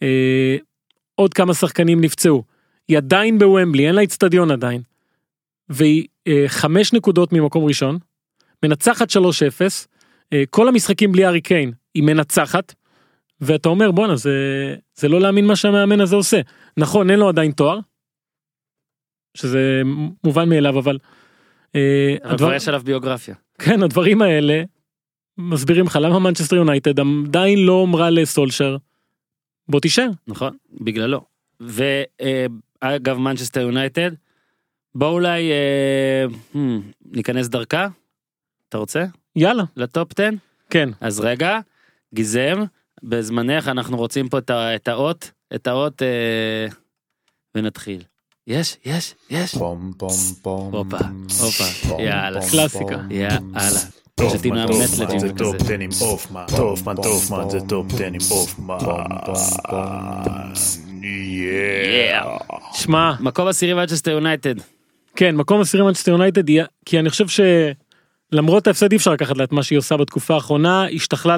Speaker 2: עוד כמה שחקנים נפצעו, היא עדיין בוומבלי, אין לה אצטדיון עדיין, והיא 5 נקודות ממקום ראשון, מנצחת 3-0, כל המשחקים בלי הארי קיין, היא מנצחת, ואתה אומר, בוא'נה, זה לא להאמין מה שהמאמן הזה עושה, נכון, אין לו עדיין תואר, שזה מובן מאליו, אבל
Speaker 1: כבר יש עליו ביוגרפיה.
Speaker 2: כן, הדברים האלה מסבירים לך למה מנצ'סטר יונייטד עדיין לא אומרה לסולשר, בוא תישאר.
Speaker 1: נכון, בגללו. ואגב מנצ'סטר יונייטד, בוא אולי ניכנס דרכה, אתה רוצה?
Speaker 2: יאללה.
Speaker 1: לטופ 10?
Speaker 2: כן.
Speaker 1: אז רגע, גיזם, בזמנך אנחנו רוצים פה את האות, ונתחיל. יש. הופה, יאללה.
Speaker 2: קלאסיקה.
Speaker 1: יאללה. שתינה מת לג'ינגל
Speaker 4: זה טופ
Speaker 1: כזה.
Speaker 4: 10 עם אופמן, טופמן, זה טופ 10 עם אופמן.
Speaker 2: שמע.
Speaker 1: מקום 10 מנצ'סטר יונייטד.
Speaker 2: כן, מקום 10 מנצ'סטר יונייטד, כי אני חושב שלמרות ההפסד אי אפשר לקחת לה את מה שהיא עושה בתקופה האחרונה, השתכלה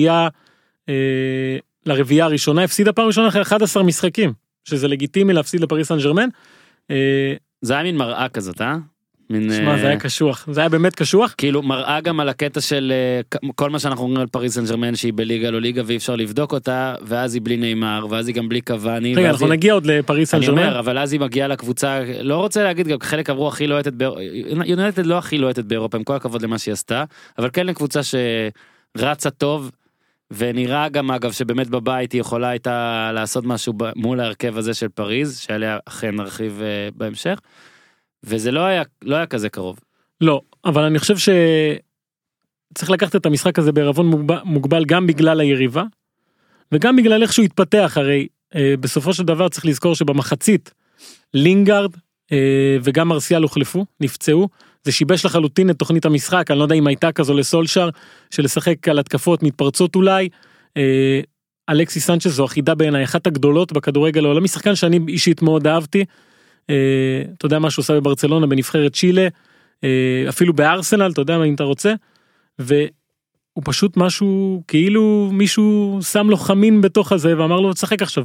Speaker 2: לרביעייה הראשונה, הפסידה פעם ראשונה אחרי 11 משחקים, שזה לגיטימי להפסיד לפריס סן ז'רמן.
Speaker 1: זה היה מין מראה כזאת,
Speaker 2: שמע, זה היה קשוח, זה היה באמת קשוח.
Speaker 1: כאילו מראה גם על הקטע של כל מה שאנחנו אומרים על פריס סן ז'רמן, שהיא בליגה לא ליגה ואי אפשר לבדוק אותה, ואז היא בלי ניימר, ואז היא גם בלי קוואני.
Speaker 2: רגע, אנחנו נגיע עוד לפריס סן ז'רמן.
Speaker 1: אני אומר, אבל אז היא מגיעה לקבוצה, לא רוצה להגיד, גם חלק עברו הכי לוהטת, יונייטד לא הכי לוהטת באירופה, עם כל הכבוד למה שהיא עשתה, אבל כן לקבוצה שרצה טוב, ונראה גם אגב שבאמת בבית היא יכולה הייתה לעשות משהו מול ההרכב הזה של פריז, שעליה אכן נרחיב בהמשך, וזה לא היה כזה קרוב.
Speaker 2: לא, אבל אני חושב שצריך לקחת את המשחק הזה בערבון מוגבל גם בגלל היריבה, וגם בגלל איך שהוא התפתח, הרי בסופו של דבר צריך לזכור שבמחצית לינגארד וגם מרסיאל הוחלפו, נפצעו, זה שיבש לחלוטין את תוכנית המשחק, אני לא יודע אם הייתה כזו לסולשר, שלשחק על התקפות מתפרצות אולי, אלכסי סנצ'ס זו אחידה בעיניי, אחת הגדולות בכדורגל העולמי, שחקן שאני אישית מאוד אהבתי, אתה יודע מה שהוא עושה בברצלונה, בנבחרת צ'ילה, אפילו בארסנל, אתה יודע מה אם אתה רוצה, והוא פשוט משהו, כאילו מישהו שם לו חמין בתוך הזה, ואמר לו, תשחק עכשיו.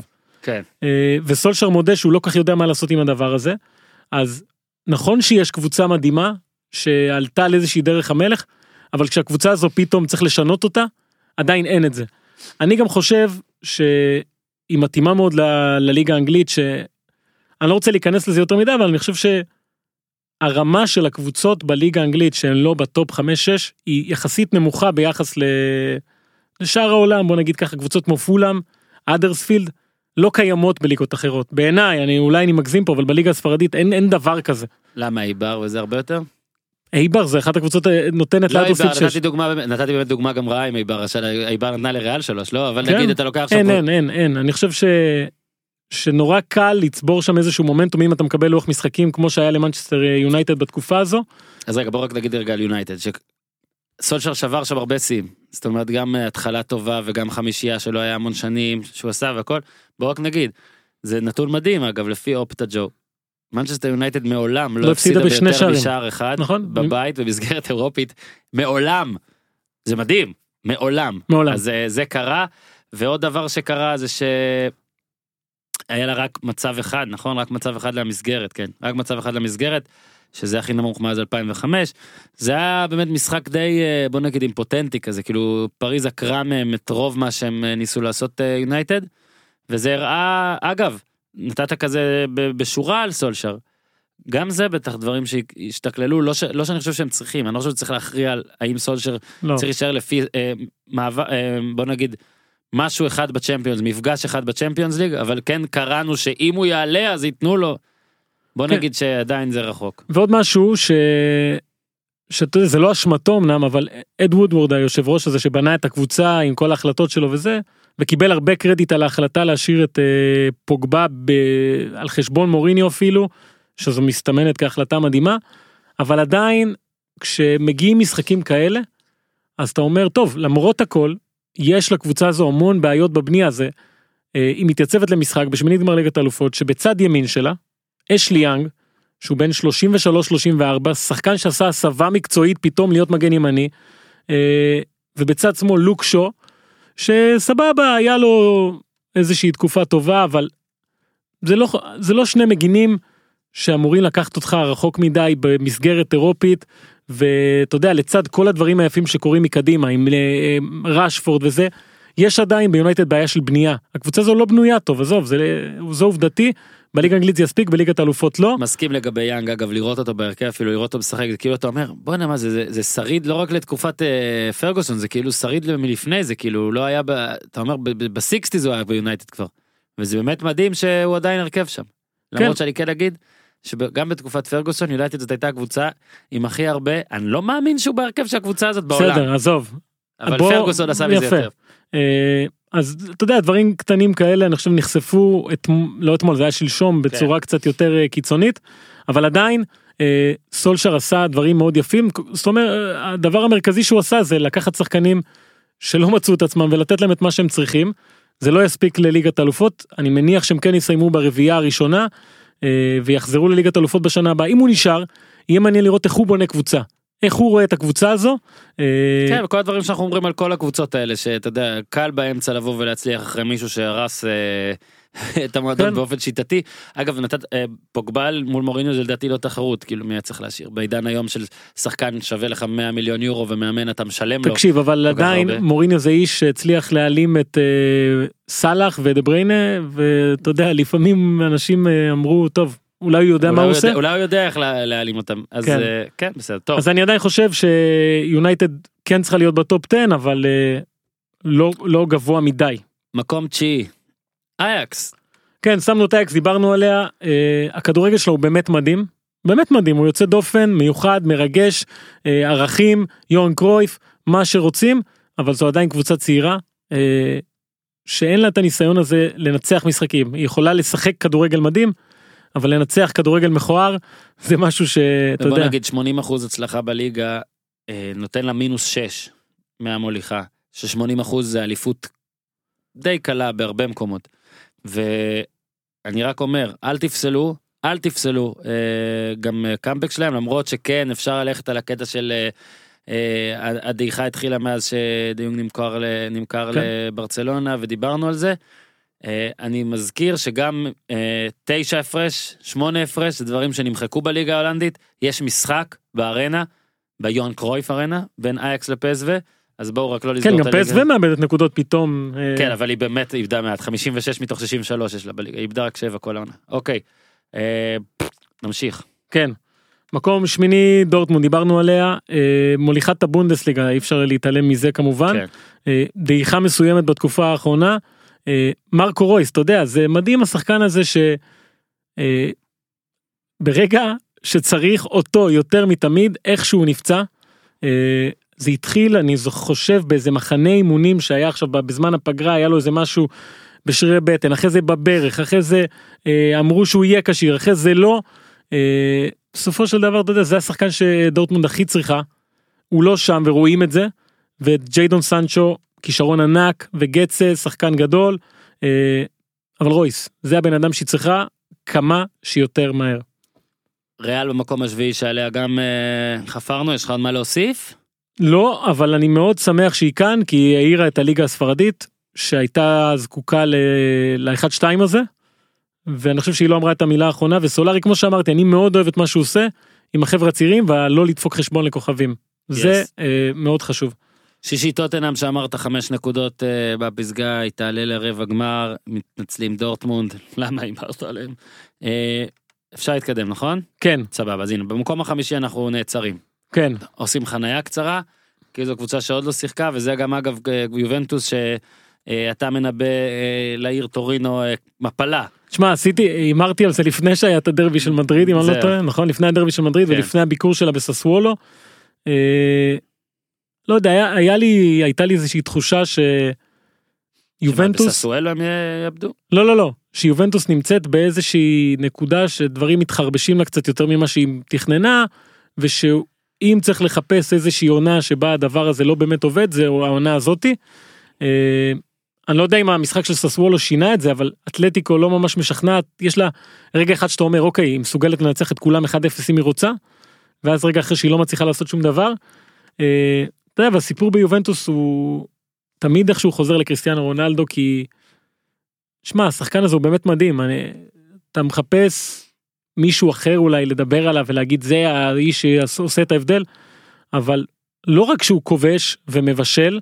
Speaker 1: כן.
Speaker 2: וסולשר מודה שהוא לא כך יודע מה לעשות עם הדבר הזה, אז נכון שיש קבוצה מדהימה, שעלתה על איזושהי דרך המלך, אבל כשהקבוצה הזו פתאום צריך לשנות אותה, עדיין אין את זה. אני גם חושב שהיא מתאימה מאוד לליגה האנגלית, שאני לא רוצה להיכנס לזה יותר מדי, אבל אני חושב שהרמה של הקבוצות בליגה האנגלית, שהן לא בטופ 5-6, היא יחסית נמוכה ביחס לשאר העולם, בוא נגיד ככה, קבוצות כמו פולאם, אדרספילד, לא קיימות בליגות אחרות. בעיניי, אולי אני מגזים פה, אבל בליגה הספרדית אין דבר כזה.
Speaker 1: למה איבר וזה הרבה יותר?
Speaker 2: איבר זה אחת הקבוצות נותנת לאדרספילד 6.
Speaker 1: נתתי באמת דוגמה גם רעה עם איבר, איבר נתנה לריאל 3, לא? אבל
Speaker 2: כן?
Speaker 1: נגיד אתה לוקח עכשיו...
Speaker 2: אין, אני חושב שנורא קל לצבור שם איזשהו מומנטום, אם אתה מקבל לוח משחקים, כמו שהיה למנצ'סטר יונייטד בתקופה הזו.
Speaker 1: אז רגע, בוא רק נגיד רגע על יונייטד, סולשר שבר שם הרבה סים, זאת אומרת גם התחלה טובה וגם חמישייה שלא היה המון שנים שהוא עשה והכל, בוא רק נגיד, זה נתון מדהים אגב לפי אופטה ג'ו, מנצ'סטר יונייטד מעולם לא הפסידה ביותר משער אחד,
Speaker 2: נכון?
Speaker 1: בבית במסגרת אירופית, מעולם, זה מדהים, מעולם, אז זה קרה, ועוד דבר שקרה זה שהיה לה רק מצב אחד, נכון? רק מצב אחד למסגרת, כן, רק מצב אחד למסגרת, שזה הכי נמוך מאז 2005, זה היה באמת משחק די, בוא נגיד אימפוטנטי כזה, כאילו פריז עקרה מהם את רוב מה שהם ניסו לעשות יונייטד, וזה הראה, אגב, נתת כזה בשורה על סולשר, גם זה בטח דברים שהשתכללו, לא שאני חושב שהם צריכים, אני לא חושב שצריך להכריע על האם סולשר צריך להישאר לפי, בוא נגיד, משהו אחד בצ'מפיונס, מפגש אחד בצ'מפיונס ליג, אבל כן קראנו שאם הוא יעלה אז ייתנו לו, בוא נגיד שעדיין זה רחוק.
Speaker 2: ועוד משהו שאתה יודע, זה לא אשמתו אמנם, אבל אד וודוורד, היושב ראש הזה שבנה את הקבוצה עם כל ההחלטות שלו וזה, וקיבל הרבה קרדיט על ההחלטה להשאיר את פוגבה על חשבון מוריניו אפילו, שזו מסתמנת כהחלטה מדהימה, אבל עדיין כשמגיעים משחקים כאלה, אז אתה אומר, טוב, למרות הכל, יש לקבוצה הזו המון בעיות בבנייה הזה, היא מתייצבת למשחק בשמינית גמר ליגת האלופות, שבצד ימין שלה, אשלי יאנג, שהוא בין 33-34, שחקן שעשה הסבה מקצועית פתאום להיות מגן ימני, ובצד שמאל לוק שו, שסבבה, היה לו איזושהי תקופה טובה, אבל זה לא שני מגינים שאמורים לקחת אותך רחוק מדי במסגרת אירופית, ואתה יודע, לצד כל הדברים היפים שקורים מקדימה, עם רשפורד וזה, יש עדיין ביונייטד בעיה של בנייה. הקבוצה הזו לא בנויה טוב, עזוב, זו עובדתי, בליגה האנגלית זה יספיק, בליגת האלופות לא.
Speaker 1: מסכים לגבי יאנג, אגב, לראות אותו בהרכב, אפילו לראות אותו משחק, זה כאילו אתה אומר, בוא נמה, זה שריד לא רק לתקופת פרגוסון, זה כאילו שריד מלפני, זה כאילו לא היה, אתה אומר, ב-60s הוא היה ביונייטד כבר, וזה באמת מדהים שהוא עדיין הרכב שם. למרות שאני כן אגיד, שגם בתקופת פרגוסון, יונייטד זאת הייתה קבוצה עם הכי הרבה, אני לא מאמין שהוא בהרכב שהקבוצה הזאת בעולם.
Speaker 2: בסדר, עזוב.
Speaker 1: אבל פרגוסון עשה מזה יותר.
Speaker 2: אז אתה יודע, דברים קטנים כאלה, אני חושב נחשפו, לא אתמול, זה היה שלשום, בצורה קצת יותר קיצונית, אבל עדיין, סולשר עשה דברים מאוד יפים, זאת אומרת, הדבר המרכזי שהוא עשה, זה לקחת שחקנים שלא מצאו את עצמם, ולתת להם את מה שהם צריכים, זה לא יספיק לליגת האלופות, אני מניח שהם כן יסיימו ברביעייה הראשונה, ויחזרו לליגת האלופות בשנה הבאה, אם הוא נשאר, יהיה מעניין לראות איך הוא בונה קבוצה, איך הוא רואה את הקבוצה הזו.
Speaker 1: כן, וכל הדברים שאנחנו אומרים על כל הקבוצות האלה, שאתה יודע, קל באמצע לבוא ולהצליח אחרי מישהו שהרס את המועדון באופן שיטתי. אגב, פוגבל מול מוריניו זה לדעתי לא תחרות, כאילו מי צריך להשאיר. בעידן היום של שחקן שווה לך 100 מיליון יורו ומאמן אתה משלם לו.
Speaker 2: תקשיב, אבל עדיין מוריניו זה איש שהצליח להעלים את סלאח ודבריינה, ואתה יודע, לפעמים אנשים אמרו, טוב, אולי הוא יודע מה הוא עושה.
Speaker 1: אולי הוא יודע איך להעלים אותם. אז כן, בסדר, טוב.
Speaker 2: אז אני עדיין חושב שיונייטד כן צריכה להיות בטופ 10, אבל לא גבוה מדי.
Speaker 1: מקום 9. אייקס.
Speaker 2: כן, שמנו את אייקס, דיברנו עליה. הכדורגל שלו הוא באמת מדהים. באמת מדהים, הוא יוצא דופן, מיוחד, מרגש, ערכים, יוהאן קרויף, מה שרוצים, אבל זו עדיין קבוצה צעירה, שאין לה את הניסיון הזה לנצח משחקים. היא יכולה לשחק כדורגל מדהים, אבל לנצח כדורגל מכוער, זה משהו שאתה יודע.
Speaker 1: בוא נגיד 80% הצלחה בליגה, נותן לה -6 מהמוליכה, ש80% זה אליפות די קלה בהרבה מקומות. ואני רק אומר, אל תפסלו גם קאמבק שלהם, למרות שכן אפשר ללכת על הקטע של הדעיכה התחילה מאז שדיונג נמכר לברצלונה, ודיברנו על זה. אני מזכיר שגם 9 הפרש, 8 הפרש, זה דברים שנמחקו בליגה ההולנדית, יש משחק בארנה, ביון קרויף ארנה, בין אייקס לפסווה, אז בואו רק לא לסגור
Speaker 2: כן,
Speaker 1: את
Speaker 2: גם
Speaker 1: הליגה.
Speaker 2: פסווה מאבדת נקודות פתאום.
Speaker 1: כן, אבל היא באמת איבדה מעט, 56 מתוך 63 יש לה בליגה, היא איבדה רק 7 כל העונה. אוקיי, נמשיך.
Speaker 2: כן. מקום שמיני דורטמונד, דיברנו עליה, מוליכת הבונדסליגה, אי אפשר להתעלם מזה כמובן, דעיכה מסוימת בתקופה האחרונה, מרקו רויס, אתה יודע, זה מדהים השחקן הזה ברגע שצריך אותו יותר מתמיד, איכשהו נפצע, זה התחיל, אני חושב, באיזה מחנה אימונים שהיה עכשיו בזמן הפגרה, היה לו איזה משהו בשרירי בטן, אחרי זה בברך, אחרי זה אמרו שהוא יהיה קשיר, אחרי זה לא, בסופו של דבר, אתה יודע, זה השחקן שדורטמונד הכי צריכה, הוא לא שם ורואים את זה, וג'יידון סנצ'ו, כישרון ענק, וגצה, שחקן גדול, אבל רויס, זה הבן אדם שהיא צריכה כמה שיותר מהר.
Speaker 1: ריאל במקום השביעי שעליה גם חפרנו, יש לך עוד מה להוסיף?
Speaker 2: לא, אבל אני מאוד שמח שהיא כאן, כי היא העירה את הליגה הספרדית, שהייתה זקוקה ל-1-2 הזה, ואני חושב שהיא לא אמרה את המילה האחרונה, וסולארי, כמו שאמרתי, אני מאוד אוהב את מה שהוא עושה, עם החבר'ה הצעירים, ולא לדפוק חשבון לכוכבים. זה מאוד חשוב.
Speaker 1: שישי טוטנהאם שאמרת 5 נקודות בפסגה, היא תעלה לרבע גמר, מתנצלים דורטמונד, למה אמרת עליהם? אפשר להתקדם, נכון?
Speaker 2: כן.
Speaker 1: סבבה, אז הנה, במקום החמישי אנחנו נעצרים.
Speaker 2: כן.
Speaker 1: עושים חנייה קצרה, כי זו קבוצה שעוד לא שיחקה, וזה גם אגב יובנטוס שאתה מנבא לעיר טורינו מפלה.
Speaker 2: תשמע, אמרתי על זה לפני שהיה את הדרבי של מדריד, אם אני לא טועה, נכון? לפני הדרבי של מדריד, ולפני הביקור שלה בססוולו. לא יודע, הייתה לי איזושהי תחושה שיובנטוס...
Speaker 1: בססוולו הם יאבדו?
Speaker 2: לא, שיובנטוס נמצאת באיזושהי נקודה שדברים מתחרבשים לה קצת יותר ממה שהיא תכננה, ושאם צריך לחפש איזושהי עונה שבה הדבר הזה לא באמת עובד, זה העונה הזאתי. אני לא יודע אם המשחק של ססוולו שינה את זה, אבל אתלטיקו לא ממש משכנעת, יש לה רגע אחד שאתה אומר, אוקיי, היא מסוגלת לנצח את כולם 1-0 אם היא רוצה, ואז רגע אחרי שהיא לא מצליחה לעשות שום דבר. אתה יודע, והסיפור ביובנטוס הוא תמיד איכשהו חוזר לקריסטיאנו רונלדו, כי שמע, השחקן הזה הוא באמת מדהים, אתה מחפש מישהו אחר אולי לדבר עליו ולהגיד זה האיש שעושה את ההבדל, אבל לא רק שהוא כובש ומבשל,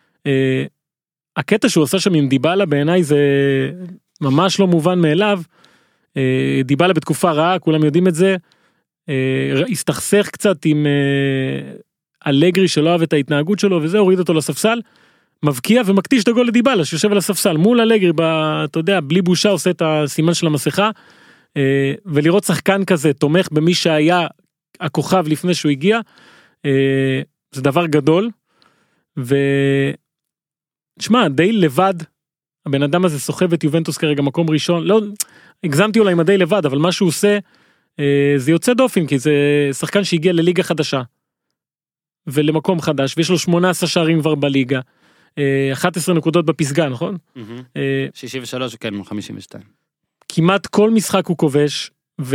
Speaker 2: הקטע שהוא עושה שם עם דיבלה בעיניי זה ממש לא מובן מאליו, דיבלה בתקופה רעה, כולם יודעים את זה, הסתכסך קצת עם אלגרי שלא אוהב את ההתנהגות שלו, וזה הוריד אותו לספסל, מבקיע ומקטיש את הגול לדיבלה, שיושב על הספסל, מול אלגרי, אתה יודע, בלי בושה עושה את הסימן של המסכה, ולראות שחקן כזה, תומך במי שהיה הכוכב לפני שהוא הגיע, זה דבר גדול, שמע, די לבד, הבן אדם הזה סוחב את יובנטוס כרגע מקום ראשון, לא, הגזמתי אולי עם הדי לבד, אבל מה שהוא עושה, זה יוצא דופן, כי זה שחקן שהגיע לליגה חדשה, ולמקום חדש, ויש לו 18 שערים כבר בליגה, 11 נקודות בפסגה, נכון?
Speaker 1: 63, כן, 52.
Speaker 2: כמעט כל משחק הוא כובש,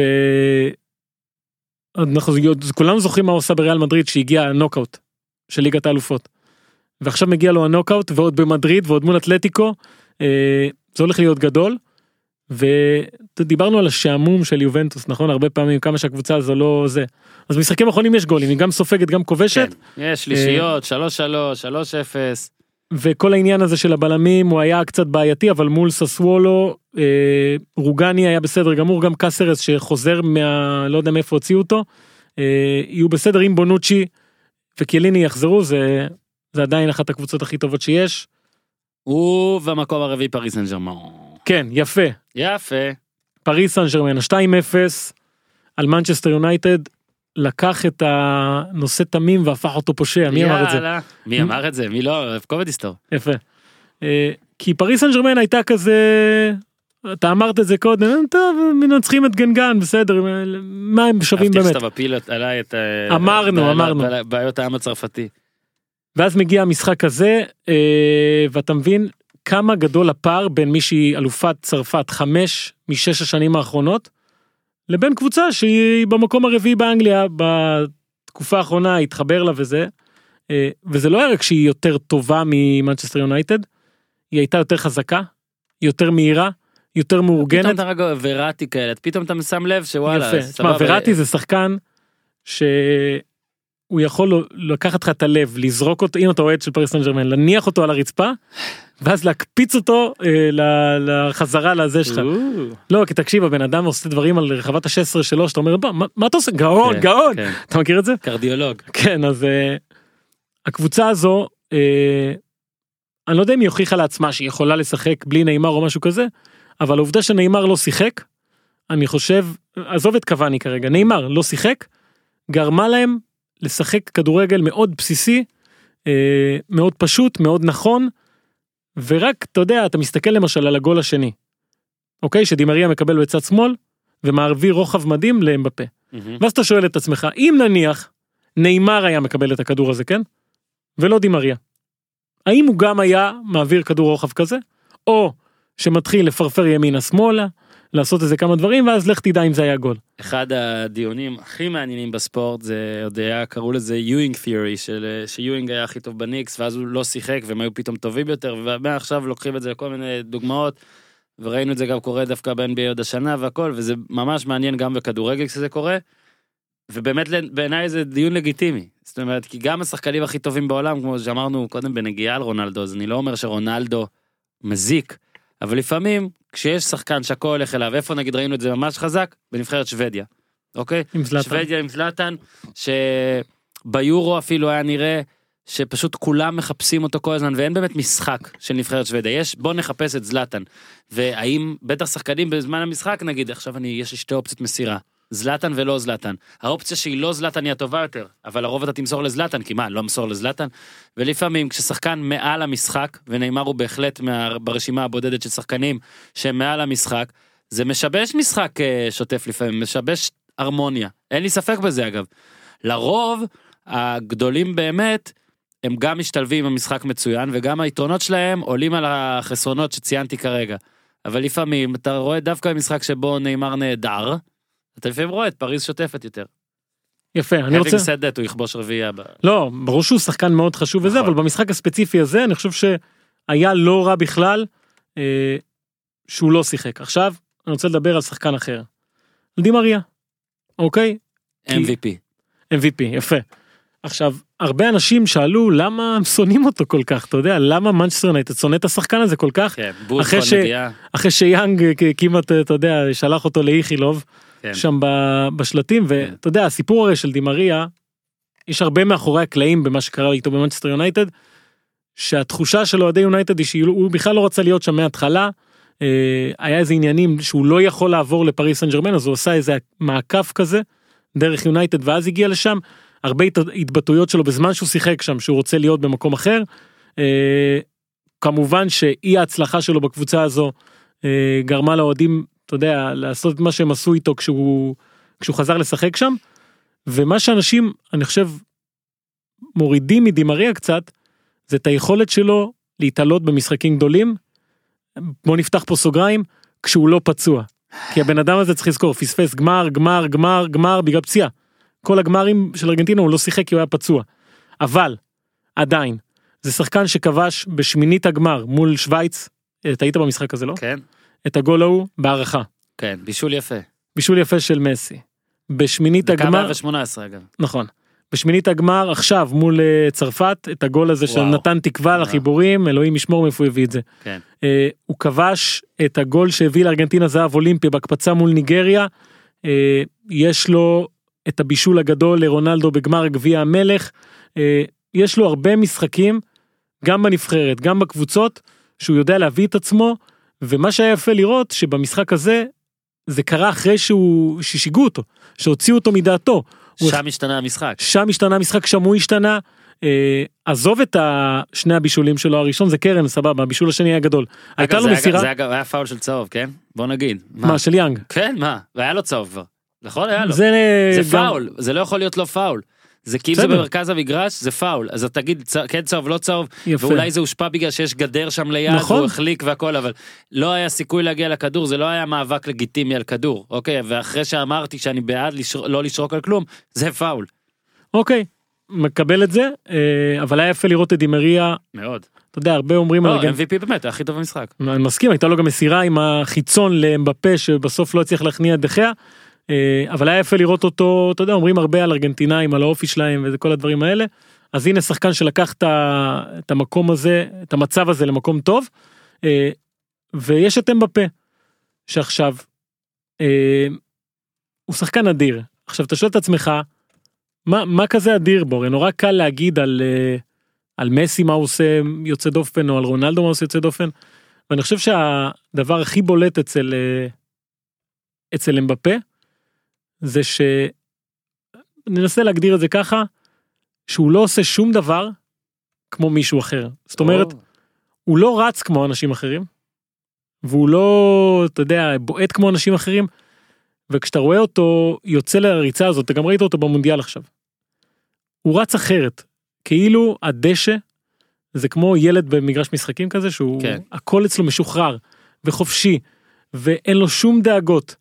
Speaker 2: כולנו זוכרים מה הוא עושה בריאל מדריד, שהגיע הנוקאוט של ליגת האלופות. ועכשיו מגיע לו הנוקאוט, ועוד במדריד, ועוד מול אתלטיקו, זה הולך להיות גדול, ודיברנו על השעמום של יובנטוס, נכון? הרבה פעמים, כמה שהקבוצה הזו לא זה. אז במשחקים האחרונים יש גולים, היא גם סופגת, גם כובשת.
Speaker 1: כן, יש שלישיות, 3-3, 3-0.
Speaker 2: וכל העניין הזה של הבלמים, הוא היה קצת בעייתי, אבל מול ססוולו, רוגני היה בסדר גמור, גם קסרס שחוזר לא יודע מאיפה הוציאו אותו, יהיו בסדר עם בונוצ'י, וקיליני יחזרו, זה עדיין אחת הקבוצות הכי טובות שיש.
Speaker 1: ובמקום הרביעי פריס סן ז'רמן.
Speaker 2: כן, יפה.
Speaker 1: יפה.
Speaker 2: פריס סן ז'רמן, 2-0 על מנצ'סטר יונייטד, לקח את הנושא תמים והפך אותו פושע. מי אמר את זה?
Speaker 1: מי אמר את זה? מי לא? קובד היסטור.
Speaker 2: יפה. כי פריס סן ז'רמן הייתה כזה, אתה אמרת את זה קודם, טוב, מנצחים את גנגן, בסדר, מה הם שווים באמת?
Speaker 1: אהבתי שאתה מפיל עליי את...
Speaker 2: אמרנו.
Speaker 1: בעיות העם הצרפתי.
Speaker 2: ואז מגיע המשחק הזה, ואתה מבין כמה גדול הפער בין מי שהיא אלופת צרפת 5 מ-6 השנים האחרונות, לבין קבוצה שהיא במקום הרביעי באנגליה, בתקופה האחרונה התחבר לה וזה לא היה רק שהיא יותר טובה ממנצ'סטר יונייטד, היא הייתה יותר חזקה, יותר מהירה, יותר מאורגנת.
Speaker 1: פתאום אתה רגע וראטי כאלה, פתאום אתה שם לב שוואלה,
Speaker 2: יפה. תשמע, וראטי זה שחקן שהוא יכול לקחת לך את הלב, לזרוק אותו, אם אתה אוהד של פריס סן ז'רמן, להניח אותו על הרצפה, ואז להקפיץ אותו לחזרה לזה שלך. לא, כי תקשיב, הבן אדם עושה דברים על רחבת ה-16 שלו, שאתה אומר, מה אתה עושה? גאון, גאון. אתה מכיר את זה?
Speaker 1: קרדיולוג.
Speaker 2: כן, אז הקבוצה הזו, אני לא יודע אם היא הוכיחה לעצמה שהיא יכולה לשחק בלי ניימר או משהו כזה, אבל העובדה שניימר לא שיחק, אני חושב, עזוב את קוואני כרגע, ניימר לא שיחק, גרמה להם לשחק כדורגל מאוד בסיסי, מאוד פשוט, מאוד נכון, ורק, אתה יודע, אתה מסתכל למשל על הגול השני, אוקיי, שדימריה מקבל בצד שמאל, ומערבי רוחב מדהים לאמבפה. ואז אתה שואל את עצמך, אם נניח, ניימר היה מקבל את הכדור הזה, כן? ולא דימריה. האם הוא גם היה מעביר כדור רוחב כזה? או שמתחיל לפרפר ימינה שמאלה, לעשות איזה כמה דברים, ואז לך תדע אם זה היה גול.
Speaker 1: אחד הדיונים הכי מעניינים בספורט, זה עוד היה, קראו לזה יואינג תיאורי, שיואינג היה הכי טוב בניקס, ואז הוא לא שיחק, והם היו פתאום טובים יותר, ומעכשיו לוקחים את זה לכל מיני דוגמאות, וראינו את זה גם קורה דווקא ב-NBA עוד השנה והכל, וזה ממש מעניין גם בכדורגל כשזה קורה, ובאמת בעיניי זה דיון לגיטימי, זאת אומרת, כי גם השחקנים הכי טובים בעולם, כמו שאמרנו קודם בנגיעה על רונלדו, אז אני לא אומר שרונלדו מזיק, אבל לפעמים, כשיש שחקן שהכל הולך אליו, איפה נגיד ראינו את זה ממש חזק? בנבחרת שוודיה, אוקיי?
Speaker 2: עם זלאטן.
Speaker 1: שוודיה עם זלאטן, שביורו אפילו היה נראה, שפשוט כולם מחפשים אותו כל הזמן, ואין באמת משחק של נבחרת שוודיה, בוא נחפש את זלאטן, והאם בטח שחקנים בזמן המשחק, נגיד, עכשיו יש לי שתי אופציות מסירה, זלאטן ולא זלאטן, האופציה שהיא לא זלאטן היא הטובה יותר, אבל הרוב אתה תמסור לזלאטן, כי מה, לא מסור לזלאטן, ולפעמים כששחקן מעל המשחק, ונאמר הוא בהחלט ברשימה הבודדת של שחקנים שהם מעל המשחק, זה משבש משחק שוטף לפעמים, משבש הרמוניה, אין לי ספק בזה אגב, לרוב הגדולים באמת, הם גם משתלבים עם המשחק מצוין, וגם היתרונות שלהם עולים על החסרונות שציינתי כרגע, אבל לפעמים אתה רואה דווקא במשחק שבו נאמר נהדר, אתה לפעמים רואה את פריז שוטפת יותר.
Speaker 2: יפה, אני רוצה...
Speaker 1: סדת, הוא יכבוש רביעייה.
Speaker 2: לא, ברור שהוא שחקן מאוד חשוב וזה, אבל במשחק הספציפי הזה, אני חושב שהיה לא רע בכלל, שהוא לא שיחק. עכשיו, אני רוצה לדבר על שחקן אחר. על דימריה, אוקיי?
Speaker 1: MVP.
Speaker 2: MVP, יפה. עכשיו, הרבה אנשים שאלו למה הם שונאים אותו כל כך, אתה יודע, למה מנצ'סטר יונייטד שונא את השחקן הזה כל כך, אחרי שיאנג כמעט, אתה יודע, שלח אותו לאיכילוב, שם בשלטים, ואתה יודע, הסיפור הרי של דימריה, יש הרבה מאחורי הקלעים במה שקרה איתו במנצ'סטר יונייטד, שהתחושה של אוהדי יונייטד היא שהוא בכלל לא רצה להיות שם מההתחלה, היה איזה עניינים שהוא לא יכול לעבור לפריס סן ז'רמן, אז הוא עשה איזה מעקף כזה, דרך יונייטד, ואז הגיע לשם, הרבה התבטאויות שלו בזמן שהוא שיחק שם, שהוא רוצה להיות במקום אחר, כמובן שאי ההצלחה שלו בקבוצה הזו, גרמה לאוהדים, אתה יודע, לעשות את מה שהם עשו איתו כשהוא חזר לשחק שם, ומה שאנשים, אני חושב, מורידים מדימריה קצת, זה את היכולת שלו להתעלות במשחקים גדולים, בוא נפתח פה סוגריים, כשהוא לא פצוע, כי הבן אדם הזה צריך לזכור, פספס גמר, בגלל פציעה, כל הגמרים של ארגנטינה הוא לא שיחק כי הוא היה פצוע, אבל עדיין, זה שחקן שכבש בשמינית הגמר מול שוויץ, אתה היית במשחק הזה לא?
Speaker 1: כן.
Speaker 2: את הגול ההוא בהערכה.
Speaker 1: כן, בישול יפה.
Speaker 2: בישול יפה של מסי. בשמינית הגמר...
Speaker 1: דקה 118 אגב.
Speaker 2: נכון. בשמינית הגמר עכשיו מול צרפת, את הגול הזה שנתן תקווה לחיבורים, אלוהים ישמור מאיפה הוא הביא את זה.
Speaker 1: כן.
Speaker 2: הוא כבש את הגול שהביא לארגנטינה זהב אולימפי בהקפצה מול ניגריה, יש לו את הבישול הגדול לרונלדו בגמר גביע המלך, יש לו הרבה משחקים, גם בנבחרת, גם בקבוצות, שהוא יודע להביא את עצמו, ומה שהיה יפה לראות, שבמשחק הזה, זה קרה אחרי ששיגעו אותו, שהוציאו אותו מדעתו.
Speaker 1: שם השתנה המשחק.
Speaker 2: שם השתנה המשחק, שם הוא השתנה, עזוב את שני הבישולים שלו, הראשון זה קרן, סבבה, הבישול השני היה גדול. הייתה לו מסירה...
Speaker 1: זה היה פאול של צהוב, כן? בוא נגיד.
Speaker 2: מה, של יאנג?
Speaker 1: כן, מה? והיה לו צהוב כבר. נכון, היה לו. זה פאול, זה לא יכול להיות לא פאול. זה כאילו זה במרכז המגרש, זה פאול, אז אתה תגיד כן צהוב, לא צהוב, ואולי זה הושפע בגלל שיש גדר שם ליד, הוא החליק והכל, אבל לא היה סיכוי להגיע לכדור, זה לא היה מאבק לגיטימי על כדור, אוקיי, ואחרי שאמרתי שאני בעד לא לשרוק על כלום, זה פאול.
Speaker 2: אוקיי, מקבל את זה, אבל היה יפה לראות את דימריה,
Speaker 1: מאוד.
Speaker 2: אתה יודע, הרבה אומרים
Speaker 1: לא, MVP באמת, הכי טוב במשחק.
Speaker 2: אני מסכים, הייתה לו גם מסירה עם החיצון לאמבפה, שבסוף לא הצליח להכניע את דחיה, אבל היה יפה לראות אותו, אתה יודע, אומרים הרבה על ארגנטינאים, על האופי שלהם, וכל הדברים האלה, אז הנה שחקן שלקח את המקום הזה, את המצב הזה למקום טוב, ויש את אמבפה, שעכשיו, הוא שחקן אדיר. עכשיו אתה שואל את עצמך, מה כזה אדיר בו? נורא קל להגיד על מסי מה הוא עושה יוצא דופן, או על רונלדו מה הוא עושה יוצא דופן, ואני חושב שהדבר הכי בולט אצל אמבפה, זה ננסה להגדיר את זה ככה, שהוא לא עושה שום דבר כמו מישהו אחר. זאת אומרת, הוא לא רץ כמו אנשים אחרים, והוא לא, אתה יודע, בועט כמו אנשים אחרים, וכשאתה רואה אותו יוצא לריצה הזאת, אתה גם ראית אותו במונדיאל עכשיו. הוא רץ אחרת, כאילו הדשא, זה כמו ילד במגרש משחקים כזה, שהוא
Speaker 1: כן.
Speaker 2: הכל אצלו משוחרר, וחופשי, ואין לו שום דאגות.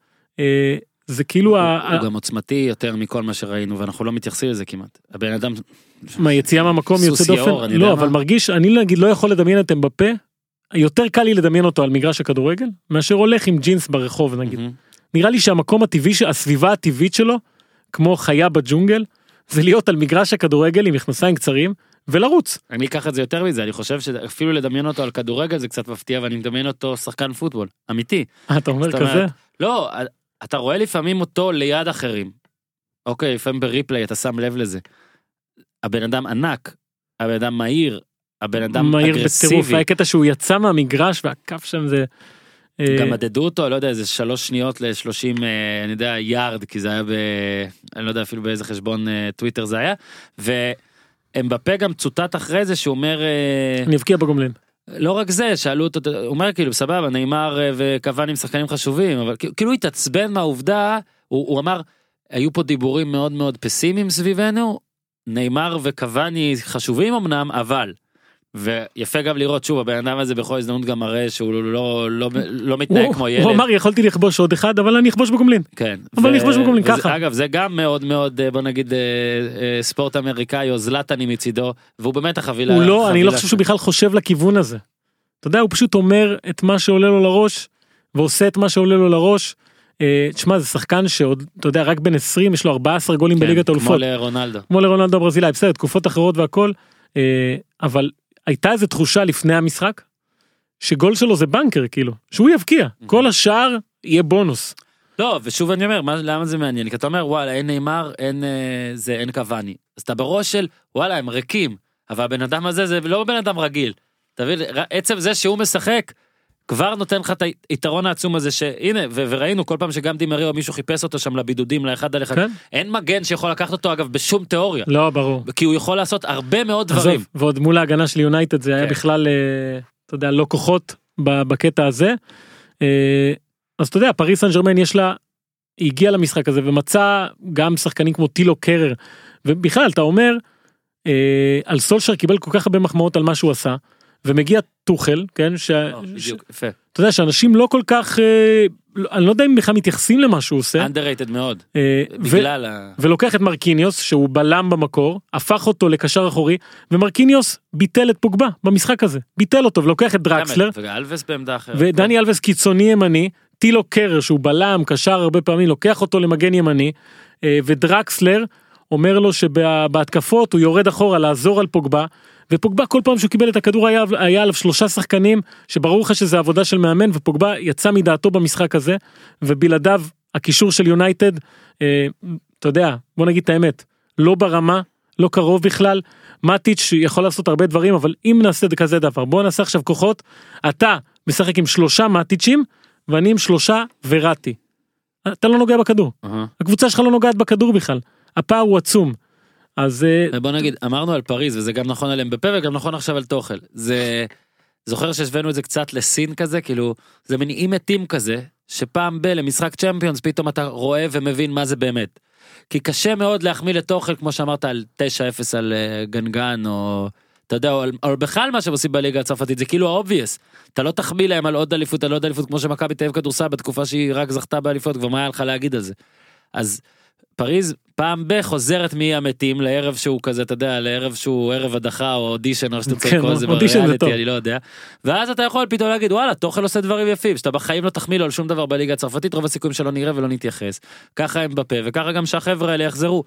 Speaker 2: זה כאילו
Speaker 1: הוא גם עוצמתי יותר מכל מה שראינו, ואנחנו לא מתייחסים לזה כמעט. הבן אדם...
Speaker 2: מהיציאה מהמקום יוצא דופן, לא, אבל מרגיש, אני נגיד לא יכול לדמיין את אמבפה, יותר קל לי לדמיין אותו על מגרש הכדורגל, מאשר הולך עם ג'ינס ברחוב, נגיד. נראה לי שהמקום הטבעי, הסביבה הטבעית שלו, כמו חיה בג'ונגל, זה להיות על מגרש הכדורגל עם מכנסיים קצרים, ולרוץ.
Speaker 1: אני אקח את זה יותר מזה, אני חושב שאפילו לדמיין אותו על כדורגל זה קצת מפתיע, ואני מדמיין אותו שחקן פוטבול, אמיתי.
Speaker 2: אתה אומר כזה?
Speaker 1: לא, אתה רואה לפעמים אותו ליד אחרים. אוקיי, לפעמים בריפלי אתה שם לב לזה. הבן אדם ענק, הבן אדם מהיר, הבן אדם אגרסיבי.
Speaker 2: מהיר בטירוף, הקטע שהוא יצא מהמגרש והקף שם זה...
Speaker 1: גם מדדו אותו, לא יודע, איזה 3 שניות ל-30, אני יודע, יארד, כי זה היה אני לא יודע אפילו באיזה חשבון טוויטר זה היה, ואמבפה גם צוטט אחרי זה שהוא אומר...
Speaker 2: אני אבקיע בגומלין.
Speaker 1: לא רק זה, שאלו אותו, הוא אומר כאילו, סבבה, ניימר וקוואני עם שחקנים חשובים, אבל כאילו התעצבן מהעובדה, הוא אמר, היו פה דיבורים מאוד מאוד פסימיים סביבנו, ניימר וקוואני חשובים אמנם, אבל... ויפה גם לראות שוב, הבן אדם הזה בכל הזדמנות גם מראה שהוא לא מתנהג כמו ילד.
Speaker 2: הוא אמר, יכולתי לכבוש עוד אחד, אבל אני אכבוש בגומלין.
Speaker 1: כן.
Speaker 2: אבל אני אכבוש בגומלין ככה.
Speaker 1: אגב, זה גם מאוד מאוד, בוא נגיד, ספורט אמריקאי או זלטני מצידו, והוא באמת החבילה.
Speaker 2: הוא לא, אני לא חושב שהוא בכלל חושב לכיוון הזה. אתה יודע, הוא פשוט אומר את מה שעולה לו לראש, ועושה את מה שעולה לו לראש. תשמע, זה שחקן שעוד, אתה יודע, רק בן 20, יש לו 14 גולים בליגת האלופות.
Speaker 1: כמו לרונלדו.
Speaker 2: כמו לרונלדו הברזילאי, בסדר, תקופות אחרות והכל, אבל הייתה איזו תחושה לפני המשחק, שגול שלו זה בנקר, כאילו, שהוא יבקיע, כל השאר יהיה בונוס.
Speaker 1: לא, ושוב אני אומר, למה זה מעניין? כי אתה אומר, וואלה, אין ניימר, אין קוואני. אז אתה בראש של, וואלה, הם ריקים, אבל הבן אדם הזה זה לא בן אדם רגיל. תבין, עצם זה שהוא משחק, כבר נותן לך את היתרון העצום הזה, שהנה, וראינו כל פעם שגם דימריה או מישהו חיפש אותו שם לבידודים, לאחד על אחד, אין מגן שיכול לקחת אותו, אגב, בשום תיאוריה.
Speaker 2: לא, ברור.
Speaker 1: כי הוא יכול לעשות הרבה מאוד דברים.
Speaker 2: ועוד מול ההגנה של יונייטד, זה היה בכלל, אתה יודע, לא כוחות בקטע הזה. אז אתה יודע, פריס סן ז'רמן יש לה, היא הגיעה למשחק הזה, ומצא גם שחקנים כמו טילו קרר, ובכלל, אתה אומר, על סולשר קיבל כל כך הרבה מחמאות על מה שהוא עשה, ומגיע טוחל, כן?
Speaker 1: בדיוק, יפה.
Speaker 2: אתה יודע שאנשים לא כל כך, אני לא יודע אם בכלל מתייחסים למה שהוא עושה.
Speaker 1: underrated מאוד. בגלל
Speaker 2: ולוקח את מרקיניוס, שהוא בלם במקור, הפך אותו לקשר אחורי, ומרקיניוס ביטל את פוגבה במשחק הזה. ביטל אותו, ולוקח את דרקסלר.
Speaker 1: ואלווס בעמדה אחרת.
Speaker 2: ודני אלווס קיצוני ימני, טילו קרר, שהוא בלם, קשר הרבה פעמים, לוקח אותו למגן ימני, ודרקסלר אומר לו שבהתקפות הוא יורד אחורה לעזור על פוגבה, ופוגבה כל פעם שהוא קיבל את הכדור היה עליו 3 שחקנים, שברור לך שזה עבודה של מאמן, ופוגבה יצא מדעתו במשחק הזה, ובלעדיו הקישור של יונייטד, אתה יודע, בוא נגיד את האמת, לא ברמה, לא קרוב בכלל, מטיץ' יכול לעשות הרבה דברים, אבל אם נעשה כזה דבר, בוא נעשה עכשיו כוחות, אתה משחק עם 3 מטיצ'ים, ואני עם 3 וראטי. אתה לא נוגע בכדור, הקבוצה שלך לא נוגעת בכדור בכלל, הפער הוא עצום. אז
Speaker 1: בוא נגיד, אמרנו על פריז, וזה גם נכון עליהם בפה, וגם נכון עכשיו על תוכל. זה, זוכר שהשווינו את זה קצת לסין כזה, כאילו, זה מין אי מתים כזה, שפעם למשחק צ'מפיונס, פתאום אתה רואה ומבין מה זה באמת. כי קשה מאוד להחמיא לתוכל, כמו שאמרת, על 9-0 על גנגן, או, אתה יודע, או בכלל מה שהם עושים בליגה הצרפתית, זה כאילו האובייס. אתה לא תחמיא להם על עוד אליפות, כמו שמכבי תל אביב כדורסל, בתקופה שהיא רק זכתה באליפות, כבר מה היה לך להגיד על זה? אז פריז פעם חוזרת מהמתים לערב שהוא כזה, אתה יודע, לערב שהוא ערב הדחה או אודישן, או שאתה צריך כל זה בריאליטי, אני לא יודע. ואז אתה יכול פתאום להגיד, וואלה, תוכל עושה דברים יפים, שאתה בחיים לא תחמיא לו על שום דבר בליגה הצרפתית, רוב הסיכויים שלא נראה ולא נתייחס. ככה הם בפה, וככה גם שהחבר'ה האלה יחזרו.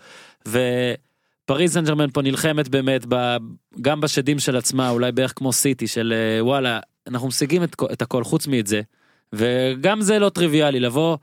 Speaker 1: ופריז סן ז'רמן פה נלחמת באמת, גם בשדים של עצמה, אולי בערך כמו סיטי, של וואלה, אנחנו משיגים את הכל חוץ מאת זה, וגם זה לא טריוויאלי, לבוא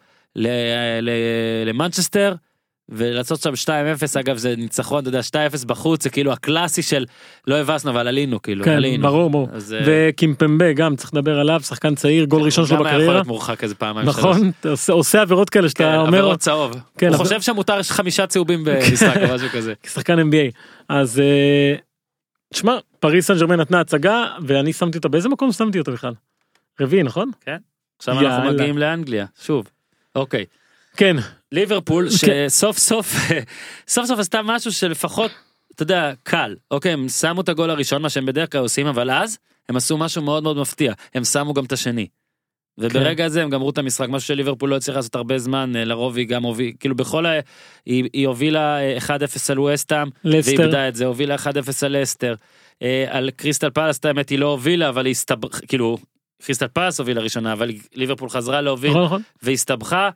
Speaker 1: למנצ'סטר, ולעשות שם 2-0, אגב זה ניצחון, אתה יודע, 2-0 בחוץ, זה כאילו הקלאסי של לא הבסנו, אבל עלינו, כאילו,
Speaker 2: כן,
Speaker 1: עלינו.
Speaker 2: ברור. וקימפמבה גם, צריך לדבר עליו, שחקן צעיר, גול ראשון שלו בקריירה.
Speaker 1: גם היה יכול להיות מורחק איזה פעמיים.
Speaker 2: נכון, עושה עבירות כאלה שאתה אומר...
Speaker 1: עבירות צהוב. הוא חושב שמותר 5 צהובים במשחק או משהו כזה.
Speaker 2: כשחקן NBA. אז, תשמע, פריז סן ז'רמן נתנה הצגה, ואני שמתי אותה, באיזה מקום שמתי אותה בכלל? רביעי, נכון?
Speaker 1: כן. עכשיו אנחנו מגיעים לאנגליה, שוב. אוקיי.
Speaker 2: כן.
Speaker 1: ליברפול שסוף סוף עשתה משהו שלפחות, אתה יודע, קל. אוקיי, הם שמו את הגול הראשון, מה שהם בדרך כלל עושים, אבל אז הם עשו משהו מאוד מאוד מפתיע. הם שמו גם את השני. וברגע הזה הם גמרו את המשחק, משהו שליברפול לא הצליח לעשות הרבה זמן, לרוב היא גם הובילה, כאילו היא הובילה 1-0 על ווסטהאם, ואיבדה את זה, הובילה 1-0 על לסטר, על קריסטל פלאס, האמת היא לא הובילה, אבל היא כאילו, קריסטל פלאס הובילה ראשונה, אבל ליברפול חזרה להוביל, והסתבכה,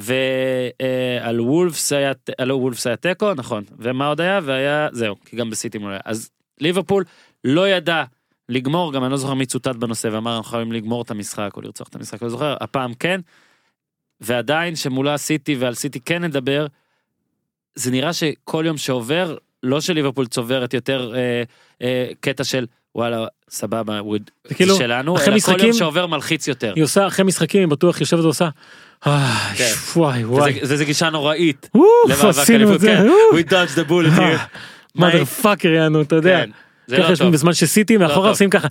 Speaker 1: ועל וולפס היה טקו, נכון, ומה עוד היה? והיה, זהו, כי גם בסיטי מול היה. אז ליברפול לא ידע לגמור, גם אני לא זוכר מי צוטט בנושא, ואמר, אנחנו יכולים לגמור את המשחק, או לרצוח את המשחק, לא זוכר, הפעם כן, ועדיין שמולה סיטי, ועל סיטי כן נדבר, זה נראה שכל יום שעובר, לא שליברפול צוברת יותר קטע של, וואלה, סבבה, זה שלנו, אלא כל יום שעובר מלחיץ יותר.
Speaker 2: היא עושה, אחרי משחקים, היא בטוח יושבת ועושה, וואי.
Speaker 1: זה גישה נוראית.
Speaker 2: עשינו את זה.
Speaker 1: We dodged the bullet here.
Speaker 2: mother fucker יענו, אתה יודע. ככה יש בזמן שסיטי, מאחורה עושים ככה.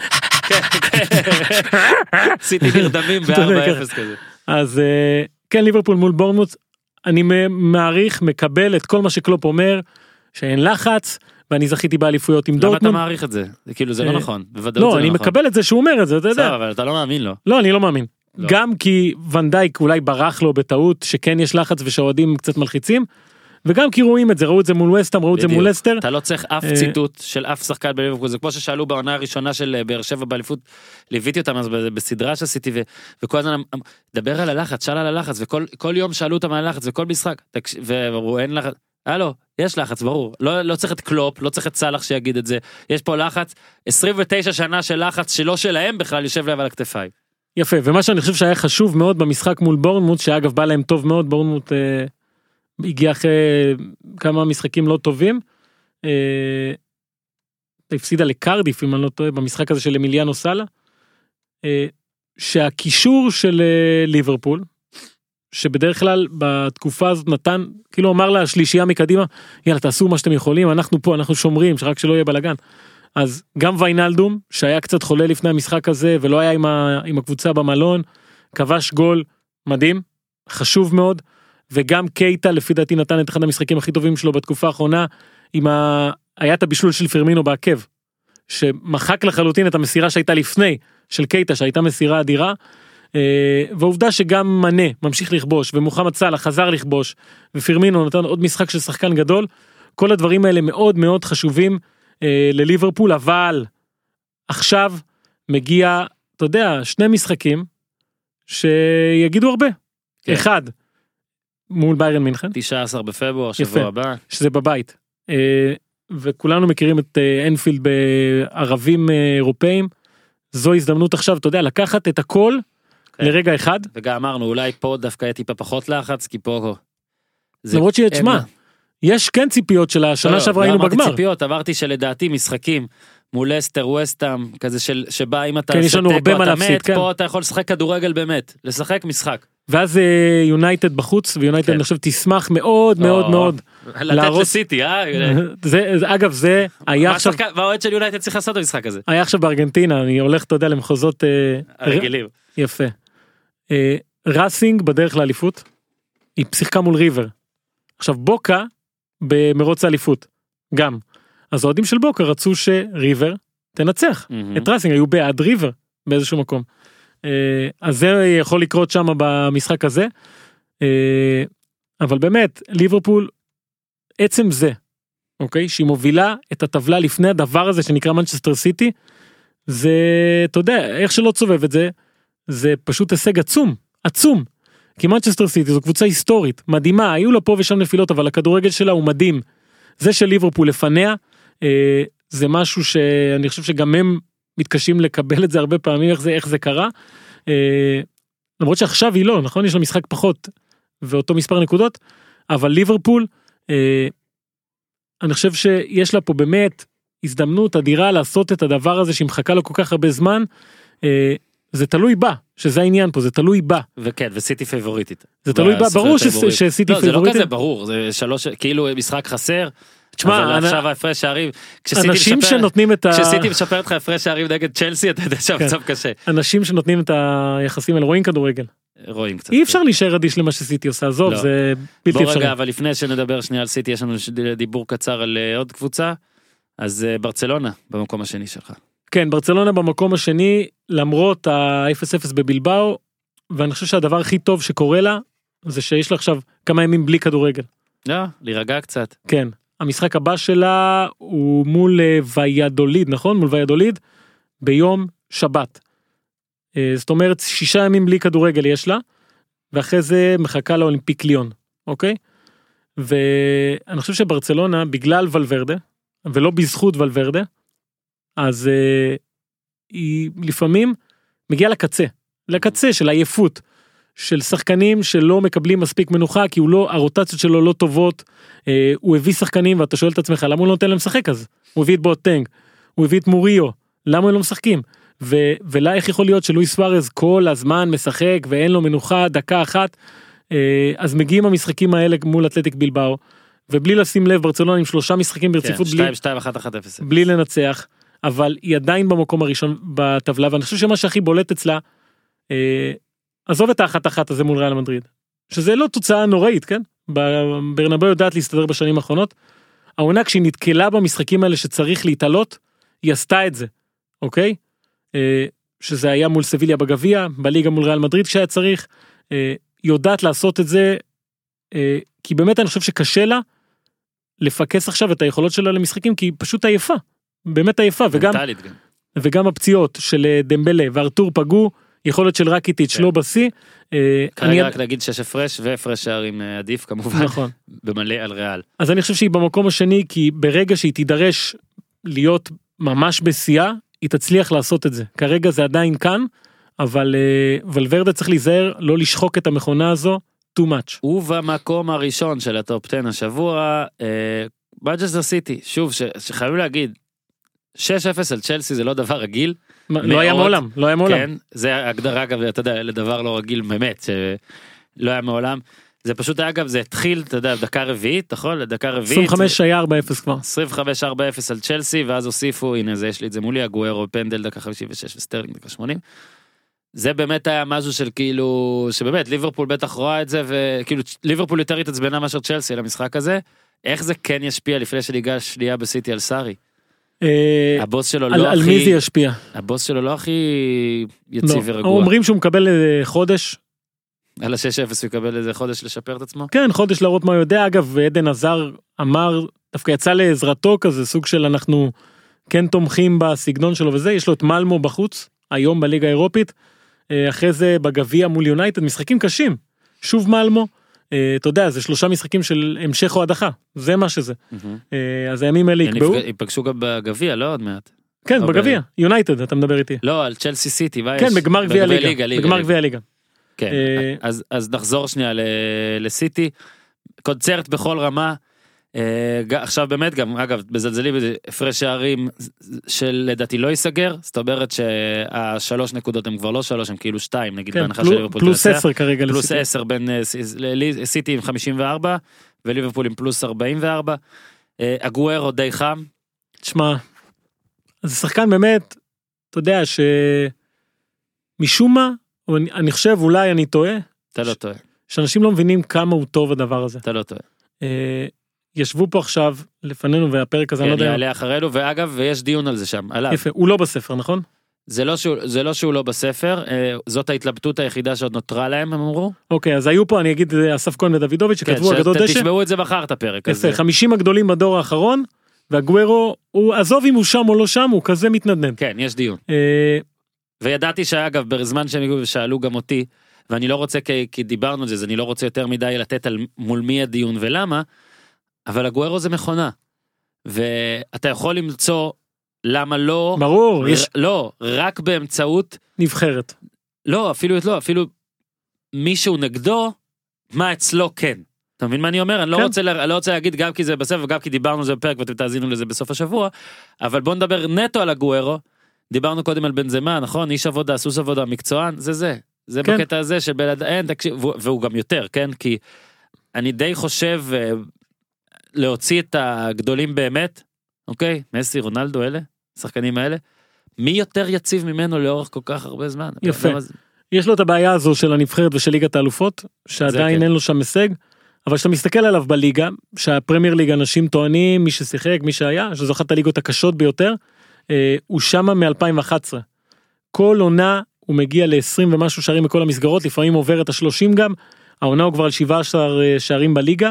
Speaker 1: סיטי נרדמים ב-4-0 כזה.
Speaker 2: אז כן, ליברפול מול בורנמוט, אני מעריך, מקבל את כל מה שקלופ אומר, שאין לחץ, ואני זכיתי באליפויות עם דורטמונד.
Speaker 1: למה אתה מעריך את זה? כאילו זה לא נכון.
Speaker 2: לא, אני מקבל את זה שהוא אומר את זה, אתה יודע.
Speaker 1: אבל אתה לא מאמין לו.
Speaker 2: לא, אני לא מאמין. גם כי ונדייק אולי ברח לו בטעות, שכן יש לחץ ושהאוהדים קצת מלחיצים, וגם כי רואים את זה, ראו את זה מול ווסטהאם, ראו את זה מול לסטר.
Speaker 1: אתה לא צריך אף ציטוט של אף שחקן בליברפול, זה כמו ששאלו בעונה הראשונה של באר שבע באליפות, ליוויתי אותם אז בסדרה שעשיתי, וכל הזמן דבר על הלחץ, שאל על הלחץ, וכל יום שאלו אותם על הלחץ, וכל משחק, ואמרו אין לחץ, הלו, יש לחץ, ברור, לא צריך את קלופ, לא צריך את סלח שיגיד את זה, יש פה לחץ, 29 שנה של לחץ שלא שלהם בכלל יושב להם על הכתפיים.
Speaker 2: יפה, ומה שאני חושב שהיה חשוב מאוד במשחק מול בורנמוט, שאגב בא להם טוב מאוד, בורנמוט הגיע אחרי כמה משחקים לא טובים, הפסידה לקרדיף, אם אני לא טועה, במשחק הזה של אמיליאנו סאלה, שהקישור של ליברפול, שבדרך כלל בתקופה הזאת נתן, כאילו אמר לה השלישייה מקדימה, יאללה תעשו מה שאתם יכולים, אנחנו פה, אנחנו שומרים, שרק שלא יהיה בלגן. אז גם ויינלדום, שהיה קצת חולה לפני המשחק הזה, ולא היה עם הקבוצה במלון, כבש גול מדהים, חשוב מאוד, וגם קייטה לפי דעתי נתן את אחד המשחקים הכי טובים שלו בתקופה האחרונה, היה את הבישול של פרמינו בעקב, שמחק לחלוטין את המסירה שהייתה לפני, של קייטה, שהייתה מסירה אדירה, ועובדה שגם מנה ממשיך לכבוש, ומוחמד סלאח חזר לכבוש, ופרמינו נתן עוד משחק של שחקן גדול, כל הדברים האלה מאוד מאוד חשובים לליברפול, אבל עכשיו מגיע, אתה יודע, 2 משחקים, שיגידו הרבה. כן. אחד, מול ביירן מינכן.
Speaker 1: 19 בפברואר, שבוע הבא.
Speaker 2: שזה בבית. וכולנו מכירים את אנפילד בערבים אירופאים, זו הזדמנות עכשיו, אתה יודע, לקחת את הכל, כן. לרגע אחד.
Speaker 1: וגם אמרנו, אולי פה דווקא יהיה טיפה פחות לחץ, כי פה...
Speaker 2: למרות שיתשמע, יש כן ציפיות של השנה שעברה היינו בגמר.
Speaker 1: לא אמרתי ציפיות, אמרתי שלדעתי משחקים מול לסטר ווסטהאם, כזה שבא אם אתה
Speaker 2: עושה תיקו, אתה מת,
Speaker 1: פה אתה יכול לשחק כדורגל באמת, לשחק משחק.
Speaker 2: ואז יונייטד בחוץ, ויונייטד אני חושב תשמח מאוד מאוד מאוד.
Speaker 1: לתת לסיטי,
Speaker 2: אגב זה היה עכשיו...
Speaker 1: והאוהד של יונייטד צריך לעשות במשחק הזה.
Speaker 2: היה עכשיו בארגנטינה, אני הולך, אתה יודע, למחוזות...
Speaker 1: הרגילים.
Speaker 2: יפה. ראסינג בדרך לאליפות, היא שיחקה מול ריבר. עכשיו בוקה במרוץ האליפות, גם. אז האוהדים של בוקה רצו שריבר תנצח. את ראסינג היו בעד ריבר באיזשהו מקום. אז זה יכול לקרות שם במשחק הזה. אבל באמת, ליברפול, עצם זה, אוקיי, שהיא מובילה את הטבלה לפני הדבר הזה שנקרא מנצ'סטר סיטי, זה, אתה יודע, איך שלא צובב את זה, זה פשוט הישג עצום, עצום. כי מנצ'סטר סיטי זו קבוצה היסטורית, מדהימה, היו לה פה ושם נפילות, אבל הכדורגל שלה הוא מדהים. זה של ליברפול לפניה, זה משהו שאני חושב שגם הם מתקשים לקבל את זה הרבה פעמים, איך זה קרה. למרות שעכשיו היא לא, נכון? יש לה משחק פחות, ואותו מספר נקודות, אבל ליברפול, אני חושב שיש לה פה באמת הזדמנות אדירה לעשות את הדבר הזה שהיא מחכה לו כל כך הרבה זמן, זה תלוי בה, שזה העניין פה, זה תלוי בה.
Speaker 1: וכן, וסיטי פייבוריטית.
Speaker 2: זה תלוי בה, ברור שסיטי
Speaker 1: פייבוריטית. לא, זה לא כזה ברור, זה כאילו משחק חסר,
Speaker 2: תשמע,
Speaker 1: עכשיו ההפרש שערים,
Speaker 2: אנשים שנותנים את
Speaker 1: כשסיטי משפר לך הפרש שערים נגד צ'לסי, אתה יודע שהמצב קשה.
Speaker 2: אנשים שנותנים את היחסים האלה, רואים כדורגל.
Speaker 1: רואים קצת.
Speaker 2: אי אפשר להישאר אדיש למה שסיטי עושה, עזוב, זה בלתי אפשרי.
Speaker 1: בוא רגע, אבל לפני שנדבר שנייה על סיטי, יש לנו דיבור קצר על עוד קבוצה, אז ברצלונה במקום השני שלך.
Speaker 2: כן, ברצלונה במקום השני, למרות ה-0-0 בבלבאו, ואני חושב שהדבר הכי טוב שקורה לה, זה שיש לה עכשיו כמה ימים בלי כדורגל.
Speaker 1: לא, להירגע קצת.
Speaker 2: כן, המשחק הבא שלה הוא מול ויאדוליד, נכון? מול ויאדוליד, ביום שבת. זאת אומרת, 6 ימים בלי כדורגל יש לה, ואחרי זה מחכה לאולימפיק ליון, אוקיי? ואני חושב שברצלונה, בגלל ולוורדה, ולא בזכות ולוורדה, אז היא לפעמים מגיעה לקצה של עייפות, של שחקנים שלא מקבלים מספיק מנוחה, כי הרוטציות שלו לא טובות, הוא הביא שחקנים, ואתה שואל את עצמך, למה הוא לא נותן להם לשחק אז? הוא הביא את בואטנג, הוא הביא את מוריו, למה הם לא משחקים? ולה איך יכול להיות שלואיס סוארז כל הזמן משחק, ואין לו מנוחה דקה אחת, אז מגיעים המשחקים האלה מול אתלטיק בלבאו, ובלי לשים לב, ברצלונה עם 3 משחקים ברציפות,
Speaker 1: 2-2-1-1-0.
Speaker 2: בלי לנצח, אבל היא עדיין במקום הראשון בטבלה, ואני חושב שמה שהכי בולט אצלה, עזוב את ה1-1 הזה מול ריאל מדריד, שזה לא תוצאה נוראית, כן? ברנבאו יודעת להסתדר בשנים האחרונות, העונה כשהיא נתקלה במשחקים האלה שצריך להתעלות, היא עשתה את זה, אוקיי? שזה היה מול סביליה בגביע, בליגה מול ריאל מדריד כשהיה צריך, היא יודעת לעשות את זה, כי באמת אני חושב שקשה לה, לפקס עכשיו את היכולות שלה למשחקים, כי היא פשוט עייפה, באמת עייפה, וגם הפציעות של דמבלה וארתור פגעו, יכולת של רקיטיץ' לא בשיא.
Speaker 1: כרגע רק להגיד 6 הפרש, והפרש שערים עדיף כמובן, במלא על ריאל.
Speaker 2: אז אני חושב שהיא במקום השני, כי ברגע שהיא תידרש להיות ממש בשיאה, היא תצליח לעשות את זה. כרגע זה עדיין כאן, אבל ולוורדה צריך להיזהר, לא לשחוק את המכונה הזו, too much.
Speaker 1: ובמקום הראשון של הטופ 10 השבוע, מנצ'סטר סיטי, שוב, שחייבים להגיד, 6-0 על צ'לסי זה לא דבר רגיל.
Speaker 2: לא היה מעולם, לא היה מעולם.
Speaker 1: כן, זה הגדרה, אגב, אתה יודע, לדבר לא רגיל באמת, שלא היה מעולם. זה פשוט, אגב, זה התחיל, אתה יודע, דקה רביעית, נכון? לדקה רביעית.
Speaker 2: 25 היה 4-0 כבר.
Speaker 1: 25-4-0 על צ'לסי, ואז הוסיפו, הנה זה, יש לי את זה מולי, הגוארו פנדל דקה 56 וסטרלינג דקה 80. זה באמת היה משהו של כאילו, שבאמת, ליברפול בטח רואה את זה, וכאילו, ליברפול יותר התעצבנה מאשר צ'לסי למשחק הזה. איך זה כן ישפיע לפני שניגש שנייה בסיטי על סארי? הבוס שלו לא הכי...
Speaker 2: על מי זה ישפיע?
Speaker 1: הבוס שלו לא הכי יציב ורגוע.
Speaker 2: אומרים שהוא מקבל חודש.
Speaker 1: על ה-6-0 הוא יקבל איזה חודש לשפר את עצמו?
Speaker 2: כן, חודש להראות מה הוא יודע. אגב, עדן עזר אמר, דווקא יצא לעזרתו כזה, סוג של אנחנו כן תומכים בסגנון שלו וזה. יש לו את מלמו בחוץ, היום בליגה האירופית. אחרי זה בגביע מול יונייטד, משחקים קשים. שוב מלמו. אתה יודע, זה 3 משחקים של המשך או הדחה, זה מה שזה. אז הימים האלה יקבעו.
Speaker 1: ייפגשו גם בגביע, לא עוד מעט.
Speaker 2: כן, בגביע, יונייטד, אתה מדבר איתי.
Speaker 1: לא, על צ'לסי סיטי.
Speaker 2: כן, בגמר גביע הליגה. בגמר גביע הליגה.
Speaker 1: כן, אז נחזור שנייה לסיטי. קונצרט בכל רמה. עכשיו באמת גם, אגב, בזלזלי בהפרש שערים של לדעתי לא ייסגר, זאת אומרת שה3 נקודות הם כבר לא 3, הם כאילו 2, נגיד בהנחה של ליברפול
Speaker 2: פלוס 10 כרגע
Speaker 1: פלוס 10 בין סיטי עם 54 וליברפול עם פלוס 44. הגוארו די חם.
Speaker 2: תשמע, זה שחקן באמת, אתה יודע שמשום מה, אני חושב אולי אני טועה,
Speaker 1: אתה לא טועה,
Speaker 2: שאנשים לא מבינים כמה הוא טוב הדבר הזה.
Speaker 1: אתה לא טועה.
Speaker 2: ישבו פה עכשיו לפנינו והפרק הזה, אני לא יודע.
Speaker 1: יעלה אחרינו, ואגב, ויש דיון על זה שם, עליו.
Speaker 2: יפה, הוא לא בספר, נכון?
Speaker 1: זה לא שהוא לא בספר, זאת ההתלבטות היחידה שעוד נותרה להם, הם אמרו.
Speaker 2: אוקיי, אז היו פה, אני אגיד, אסף כהן ודוידוביץ' שכתבו אגדות דשא.
Speaker 1: תשמעו את זה מחר את הפרק.
Speaker 2: יפה, 50 הגדולים בדור האחרון, והגוורו, הוא עזוב אם הוא שם או לא שם, הוא כזה מתנדנד.
Speaker 1: כן, יש דיון. וידעתי שאגב, בזמן שהם הגיעו ושאלו גם אותי, ואני לא רוצה, כי דיברנו על זה, אז אני לא רוצה יותר מדי לתת על מול מי הדיון ולמה, אבל הגוורו זה מכונה. ואתה יכול למצוא למה לא...
Speaker 2: ברור,
Speaker 1: לא, רק באמצעות...
Speaker 2: נבחרת.
Speaker 1: לא, אפילו מישהו נגדו, מה אצלו כן. אתה מבין מה אני אומר? אני לא רוצה להגיד גם כי זה בספר, וגם כי דיברנו על זה בפרק, ואתם תאזינו לזה בסוף השבוע, אבל בוא נדבר נטו על הגוורו, דיברנו קודם על בנזמה, נכון? איש עבודה, סוס עבודה, מקצוען, זה. זה
Speaker 2: כן.
Speaker 1: בקטע הזה של אין, תקשיב, והוא גם יותר, כן? כי אני די חושב להוציא את הגדולים באמת, אוקיי? מסי, רונלדו, אלה, שחקנים האלה, מי יותר יציב ממנו לאורך כל כך הרבה זמן?
Speaker 2: יפה. יש לו את הבעיה הזו של הנבחרת ושל ליגת האלופות, שעדיין אין לו שם הישג, אבל כשאתה מסתכל עליו בליגה, שהפרמייר ליג אנשים טוענים, מי ששיחק, מי שהיה, שזו אחת הליגות הקשות ביותר, הוא שמה מ-2011. כל עונה הוא מגיע ל-20 ומשהו שערים בכל המסגרות, לפעמים עובר את ה-30 גם, העונה הוא כבר על 17 שערים בליגה,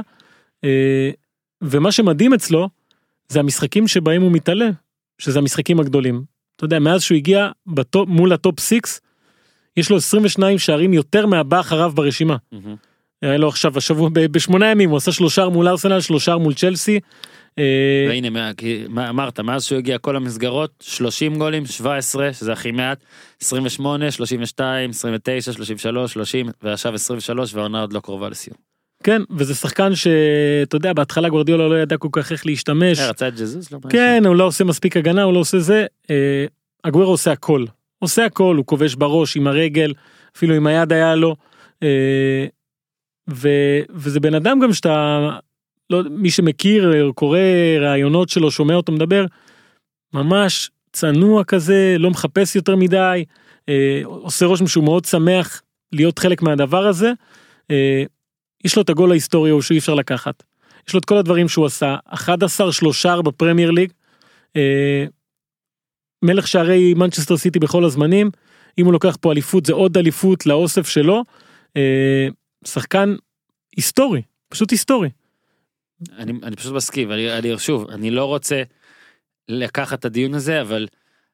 Speaker 2: ומה שמדהים אצלו, זה המשחקים שבהם הוא מתעלה, שזה המשחקים הגדולים. אתה יודע, מאז שהוא הגיע מול הטופ 6, יש לו 22 שערים יותר מהבא אחריו ברשימה. היה לו עכשיו השבוע, ב8 ימים, הוא עשה 3 מול ארסנל, 3 מול צ'לסי.
Speaker 1: והנה, אמרת, מאז שהוא הגיע כל המסגרות, 30 גולים, 17, שזה הכי מעט, 28, 32, 29, 33, 30, ועכשיו 23, והעונה עוד לא קרובה לסיום.
Speaker 2: כן, וזה שחקן שאתה יודע, בהתחלה גוורדיולה לא ידע כל כך איך להשתמש.
Speaker 1: רצה את ג'זוס? לא
Speaker 2: כן, הוא לא עושה מספיק הגנה, הוא לא עושה זה. הגוורו עושה הכל. הוא כובש בראש עם הרגל, אפילו עם היד היה לו. וזה בן אדם גם שאתה, לא, מי שמכיר, קורא רעיונות שלו, שומע אותו מדבר, ממש צנוע כזה, לא מחפש יותר מדי, עושה רושם שהוא מאוד שמח להיות חלק מהדבר הזה. יש לו את הגול ההיסטורי הוא שאי אפשר לקחת. יש לו את כל הדברים שהוא עשה, 11 שלושר בפרמייר ליג, מלך שערי מנצ'סטר סיטי בכל הזמנים, אם הוא לוקח פה אליפות, זה עוד אליפות לאוסף שלו, שחקן היסטורי, פשוט היסטורי.
Speaker 1: אני פשוט מסכים, שוב, אני לא רוצה לקחת את הדיון הזה, אבל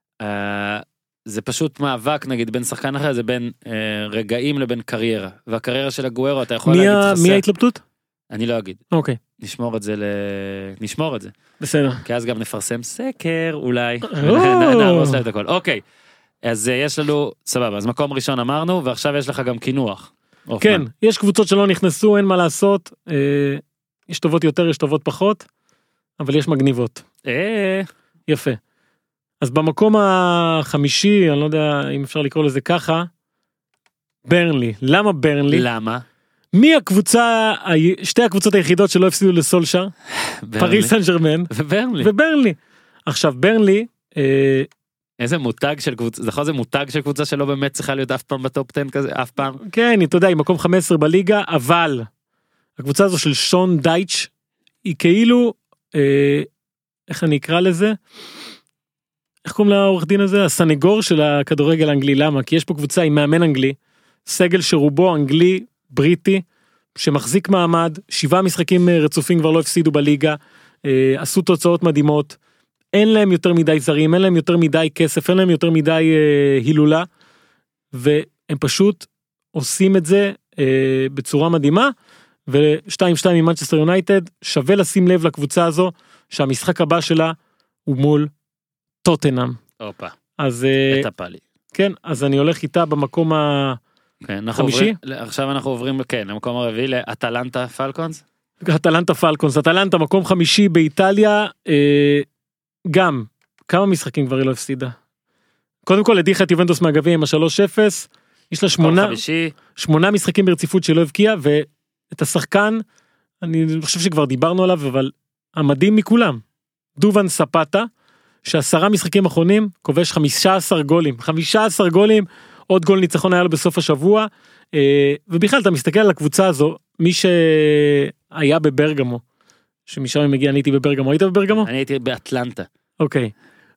Speaker 1: זה פשוט מאבק נגיד בין שחקן אחר, זה בין רגעים לבין קריירה, והקריירה של הגוורו אתה יכול להגיד חסר.
Speaker 2: מי ההתלבטות?
Speaker 1: אני לא אגיד.
Speaker 2: אוקיי.
Speaker 1: נשמור את זה.
Speaker 2: בסדר.
Speaker 1: כי אז גם נפרסם סקר, אולי. נהרוס להם את הכל. אוקיי. אז יש לנו, סבבה, אז מקום ראשון אמרנו, ועכשיו יש לך גם כינוח.
Speaker 2: כן, יש קבוצות שלא נכנסו, אין מה לעשות. יש טובות יותר, יש טובות פחות, אבל יש מגניבות. יפה. אז במקום החמישי, אני לא יודע אם אפשר לקרוא לזה ככה, ברנלי. למה ברנלי?
Speaker 1: למה?
Speaker 2: מי הקבוצה, שתי הקבוצות היחידות שלא הפסידו לסולשר? פריס סן ז'רמן. וברנלי. עכשיו, ברנלי,
Speaker 1: איזה מותג של קבוצה, נכון זה מותג של קבוצה שלא באמת צריכה להיות אף פעם בטופ 10 כזה, אף פעם?
Speaker 2: כן, אתה יודע, היא מקום 15 בליגה, אבל הקבוצה הזו של שון דייטש, היא כאילו, איך אני אקרא לזה? איך קוראים לעורך דין הזה? הסנגור של הכדורגל האנגלי, למה? כי יש פה קבוצה עם מאמן אנגלי, סגל שרובו אנגלי, בריטי, שמחזיק מעמד, 7 משחקים רצופים כבר לא הפסידו בליגה, עשו תוצאות מדהימות, אין להם יותר מדי זרים, אין להם יותר מדי כסף, אין להם יותר מדי הילולה, והם פשוט עושים את זה בצורה מדהימה, ו2-2 עם מנצ'סטר יונייטד, שווה לשים לב לקבוצה הזו, שהמשחק הבא שלה הוא מול טוטנהאם.
Speaker 1: אופה.
Speaker 2: אז
Speaker 1: לטפלי.
Speaker 2: כן, אז אני הולך איתה במקום החמישי.
Speaker 1: עכשיו אנחנו עוברים, כן, למקום הרביעי, לאטלנטה פלקונס.
Speaker 2: אטלנטה מקום חמישי באיטליה, גם, כמה משחקים כבר היא לא הפסידה? קודם כל, הדיחה את יובנטוס מהגביע עם ה-3-0, יש לה 8 משחקים ברציפות שלא הבקיעה, ואת השחקן, אני חושב שכבר דיברנו עליו, אבל המדהים מכולם, דובן ספטה, ש10 משחקים אחרונים, כובש 15 גולים, עוד גול ניצחון היה לו בסוף השבוע, ובכלל אתה מסתכל על הקבוצה הזו, מי שהיה בברגמו, שמשם אני מגיע, אני הייתי בברגמו, היית בברגמו?
Speaker 1: אני הייתי באטלנטה.
Speaker 2: אוקיי,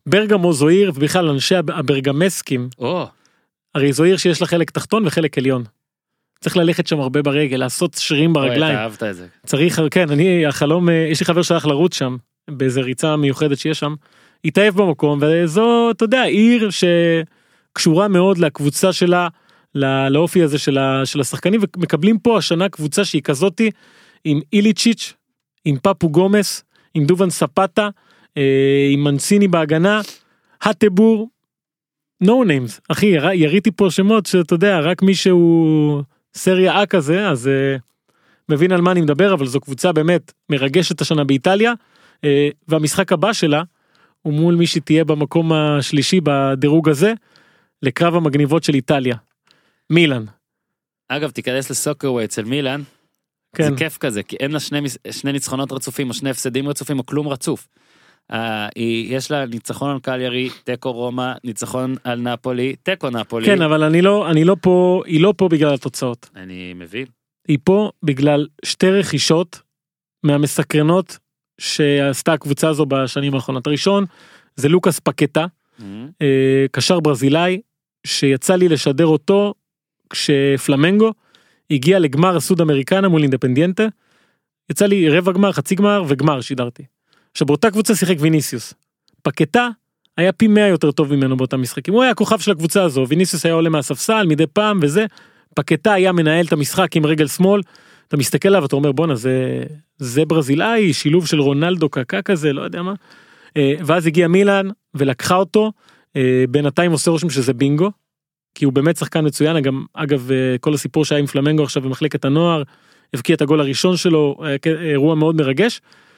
Speaker 2: ברגמו זו עיר, ובכלל אנשי הברגמסקים, הרי זו עיר שיש לה חלק תחתון וחלק עליון. צריך ללכת שם הרבה ברגל, לעשות שרירים ברגליים.
Speaker 1: אתה אהבת את זה.
Speaker 2: צריך, כן, החלום, יש לי חבר שהלך לרוץ שם, באיזה ריצה מיוחדת שיש שם, התאהב במקום, וזו, אתה יודע, עיר שקשורה מאוד לקבוצה שלה, לאופי הזה של השחקנים, ומקבלים פה השנה קבוצה שהיא כזאתי, עם איליצ'יץ', עם פפו גומס, עם דובן ספטה, עם מנסיני בהגנה, הטבור, no names, אחי, יריתי פה שמות שאתה יודע, רק מי שהוא סריה A כזה, אז מבין על מה אני מדבר, אבל זו קבוצה באמת מרגשת השנה באיטליה, והמשחק הבא שלה, הוא מול מי שתהיה במקום השלישי בדירוג הזה, לקרב המגניבות של איטליה, מילאן.
Speaker 1: אגב, תיכנס לסוקרווי אצל מילאן, זה כיף כזה, כי אין לה שני ניצחונות רצופים, או שני הפסדים רצופים, או כלום רצוף. יש לה ניצחון על קליירי, טקו רומא, ניצחון על נפולי, טקו נפולי.
Speaker 2: כן, אבל היא לא פה בגלל התוצאות.
Speaker 1: אני מבין.
Speaker 2: היא פה בגלל שתי רכישות מהמסקרנות שעשתה הקבוצה הזו בשנים האחרונות. הראשון זה לוקאס פקטה, קשר ברזילאי, שיצא לי לשדר אותו כשפלמנגו הגיע לגמר הסוד אמריקנה מול אינדפנדיאנטה, יצא לי רבע גמר, חצי גמר וגמר שידרתי. עכשיו באותה קבוצה שיחק ויניסיוס. פקטה היה פי 100 יותר טוב ממנו באותם משחקים, הוא היה הכוכב של הקבוצה הזו, ויניסיוס היה עולה מהספסל מדי פעם וזה, פקטה היה מנהל את המשחק עם רגל שמאל, אתה מסתכל עליו ואתה אומר בונה זה ברזילאי, שילוב של רונלדו קקה כזה, לא יודע מה, ואז הגיע מילאן ולקחה אותו, בינתיים עושה רושם שזה בינגו, כי הוא באמת שחקן מצוין, אגב כל הסיפור שהיה עם פלמנגו עכשיו במחלקת הנוער, הבקיע את הגול הראשון שלו, אירוע מאוד מרגש,